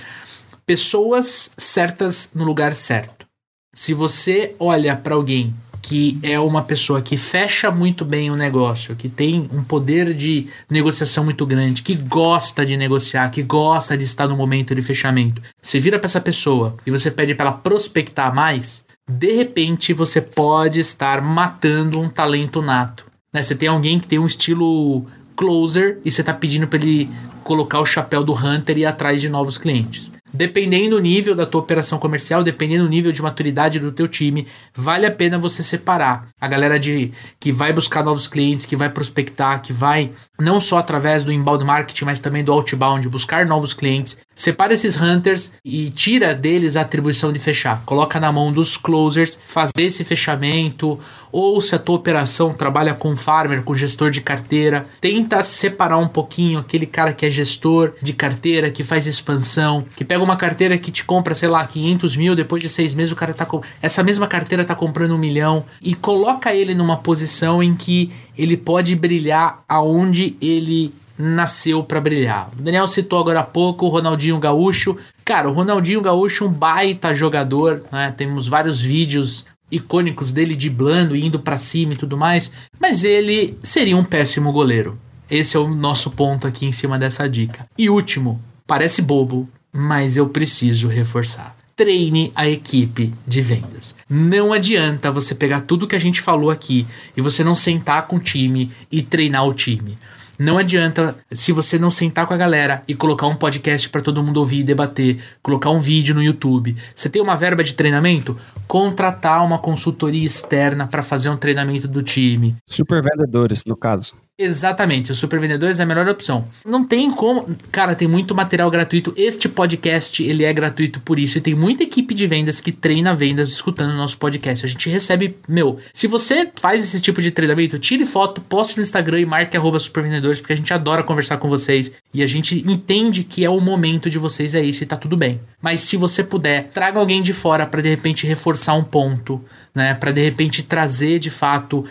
pessoas certas no lugar certo. Se você olha para alguém que é uma pessoa que fecha muito bem o negócio, que tem um poder de negociação muito grande, que gosta de negociar, que gosta de estar no momento de fechamento, você vira para essa pessoa e você pede para ela prospectar mais, de repente você pode estar matando um talento nato, né? Você tem alguém que tem um estilo closer e você está pedindo para ele colocar o chapéu do hunter e ir atrás de novos clientes. Dependendo do nível da tua operação comercial, dependendo do nível de maturidade do teu time, vale a pena você separar a galera que vai buscar novos clientes, que vai prospectar, que vai não só através do inbound marketing, mas também do outbound, buscar novos clientes. Separa esses hunters e tira deles a atribuição de fechar. Coloca na mão dos closers fazer esse fechamento, ou se a tua operação trabalha com farmer, com gestor de carteira, tenta separar um pouquinho aquele cara que é gestor de carteira, que faz expansão, que pega uma carteira que te compra, sei lá, 500 mil, depois de 6 meses o cara tá com essa mesma carteira tá comprando 1 milhão, e coloca ele numa posição em que ele pode brilhar aonde ele nasceu para brilhar. O Daniel citou agora há pouco o Ronaldinho Gaúcho. Cara, o Ronaldinho Gaúcho é um baita jogador, né? Temos vários vídeos icônicos dele driblando, indo para cima e tudo mais, mas ele seria um péssimo goleiro. Esse é o nosso ponto aqui em cima dessa dica. E último, parece bobo, mas eu preciso reforçar. Treine a equipe de vendas. Não adianta você pegar tudo que a gente falou aqui e você não sentar com o time e treinar o time. Não adianta se você não sentar com a galera e colocar um podcast para todo mundo ouvir e debater, colocar um vídeo no YouTube. Você tem uma verba de treinamento? Contratar uma consultoria externa para fazer um treinamento do time. Super vendedores, no caso. Exatamente, os super vendedores é a melhor opção. Não tem como... Cara, tem muito material gratuito. Este podcast, ele é gratuito por isso. E tem muita equipe de vendas que treina vendas escutando o nosso podcast. A gente recebe... se você faz esse tipo de treinamento, tire foto, poste no Instagram e marque @supervendedores, porque a gente adora conversar com vocês. E a gente entende que é o momento de vocês, é isso, e tá tudo bem. Mas se você puder, traga alguém de fora para de repente reforçar um ponto, né? Para de repente trazer de fato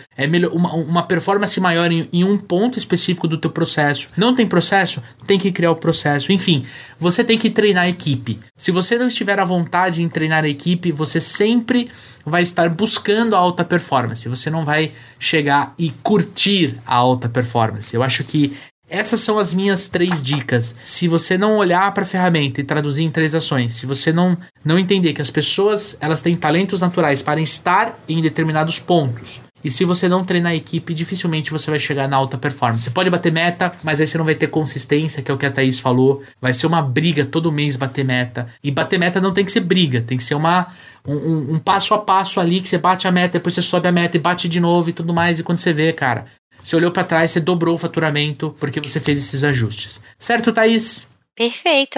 uma performance maior em um ponto específico do teu processo. Não tem processo? Tem que criar o processo. Enfim, você tem que treinar a equipe. Se você não estiver à vontade em treinar a equipe, você sempre vai estar buscando a alta performance. Você não vai chegar e curtir a alta performance. Eu acho que essas são as minhas 3 dicas. Se você não olhar para a ferramenta e traduzir em 3 ações, se você não entender que as pessoas elas têm talentos naturais para estar em determinados pontos, e se você não treinar a equipe, dificilmente você vai chegar na alta performance. Você pode bater meta, mas aí você não vai ter consistência, que é o que a Thaís falou. Vai ser uma briga todo mês bater meta. E bater meta não tem que ser briga, tem que ser um passo a passo ali, que você bate a meta, depois você sobe a meta e bate de novo e tudo mais. E quando você vê, cara, você olhou para trás, você dobrou o faturamento porque você fez esses ajustes. Certo, Thaís? Perfeito.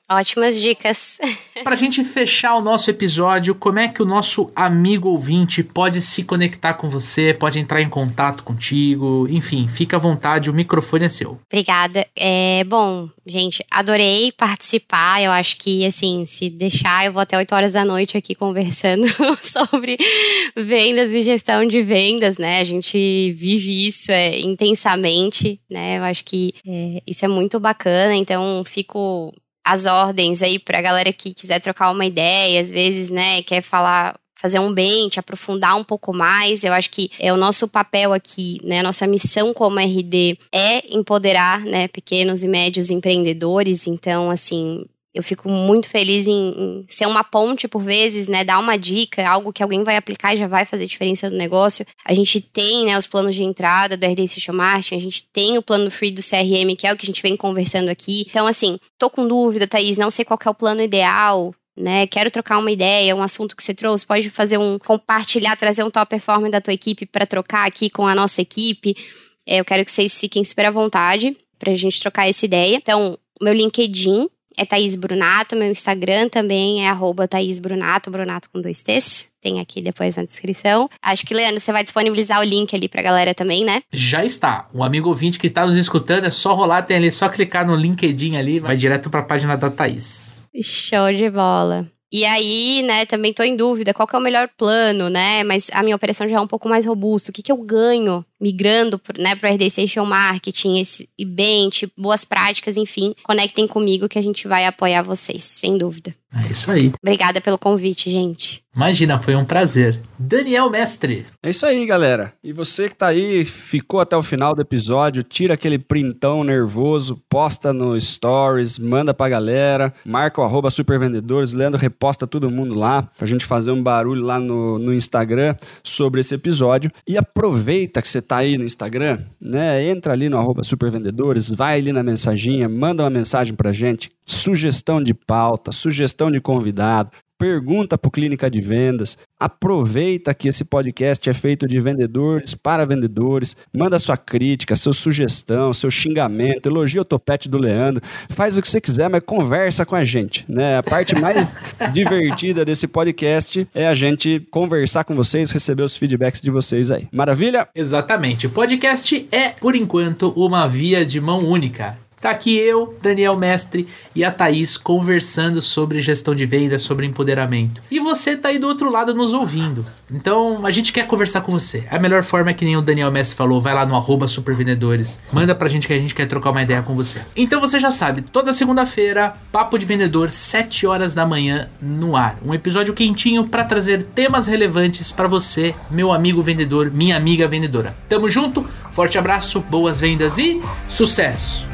Ótimas dicas. Pra gente fechar o nosso episódio, como é que o nosso amigo ouvinte pode se conectar com você, pode entrar em contato contigo, enfim, fica à vontade, o microfone é seu. Obrigada. Bom, gente, adorei participar, eu acho que, assim, se deixar, eu vou até 8 horas da noite aqui conversando sobre vendas e gestão de vendas, né, a gente vive isso intensamente, né, eu acho que isso é muito bacana, então fico as ordens aí pra galera que quiser trocar uma ideia, às vezes, né, quer fazer um bench, aprofundar um pouco mais. Eu acho que o nosso papel aqui, né, a nossa missão como RD é empoderar, né, pequenos e médios empreendedores. Então, assim, eu fico muito feliz em ser uma ponte por vezes, né, dar uma dica, algo que alguém vai aplicar e já vai fazer diferença no negócio. A gente tem, né, os planos de entrada do RD Station Marketing, a gente tem o plano free do CRM, que é o que a gente vem conversando aqui. Então, assim, tô com dúvida, Thaís, não sei qual que é o plano ideal, né, quero trocar uma ideia, um assunto que você trouxe, pode fazer compartilhar, trazer um top performer da tua equipe para trocar aqui com a nossa equipe. Eu quero que vocês fiquem super à vontade pra gente trocar essa ideia. Então, o meu LinkedIn é Thaís Brunato, meu Instagram também é @Thaís Brunato, Brunato com 2 T's, tem aqui depois na descrição. Acho que, Leandro, você vai disponibilizar o link ali pra galera também, né? Já está. O amigo ouvinte que tá nos escutando, é só rolar, tem ali, só clicar no LinkedIn ali, vai direto pra página da Thaís. Show de bola. E aí, né, também tô em dúvida, qual que é o melhor plano, né, mas a minha operação já é um pouco mais robusta, o que eu ganho migrando, né, pro RD Station Marketing, esse event, boas práticas, enfim, conectem comigo que a gente vai apoiar vocês, sem dúvida. É isso aí. Obrigada pelo convite, gente. Imagina, foi um prazer. Daniel Mestre. É isso aí, galera. E você que tá aí, ficou até o final do episódio, tira aquele printão nervoso, posta no Stories, manda pra galera, marca o @supervendedores, Leandro reposta todo mundo lá, pra gente fazer um barulho lá no Instagram sobre esse episódio. E aproveita que você tá aí no Instagram, né? Entra ali no @supervendedores, vai ali na mensaginha, manda uma mensagem pra gente, sugestão de pauta, sugestão de convidado, pergunta pro Clínica de Vendas, aproveita que esse podcast é feito de vendedores para vendedores, manda sua crítica, sua sugestão, seu xingamento, elogia o topete do Leandro, faz o que você quiser, mas conversa com a gente, né? A parte mais divertida desse podcast é a gente conversar com vocês, receber os feedbacks de vocês aí. Maravilha? Exatamente. O podcast é, por enquanto, uma via de mão única. Tá aqui eu, Daniel Mestre e a Thaís conversando sobre gestão de vendas, sobre empoderamento. E você tá aí do outro lado nos ouvindo. Então, a gente quer conversar com você. A melhor forma é que nem o Daniel Mestre falou, vai lá no @supervendedores, manda pra gente que a gente quer trocar uma ideia com você. Então você já sabe, toda segunda-feira, Papo de Vendedor, 7 horas da manhã, no ar. Um episódio quentinho pra trazer temas relevantes pra você, meu amigo vendedor, minha amiga vendedora. Tamo junto, forte abraço, boas vendas e sucesso!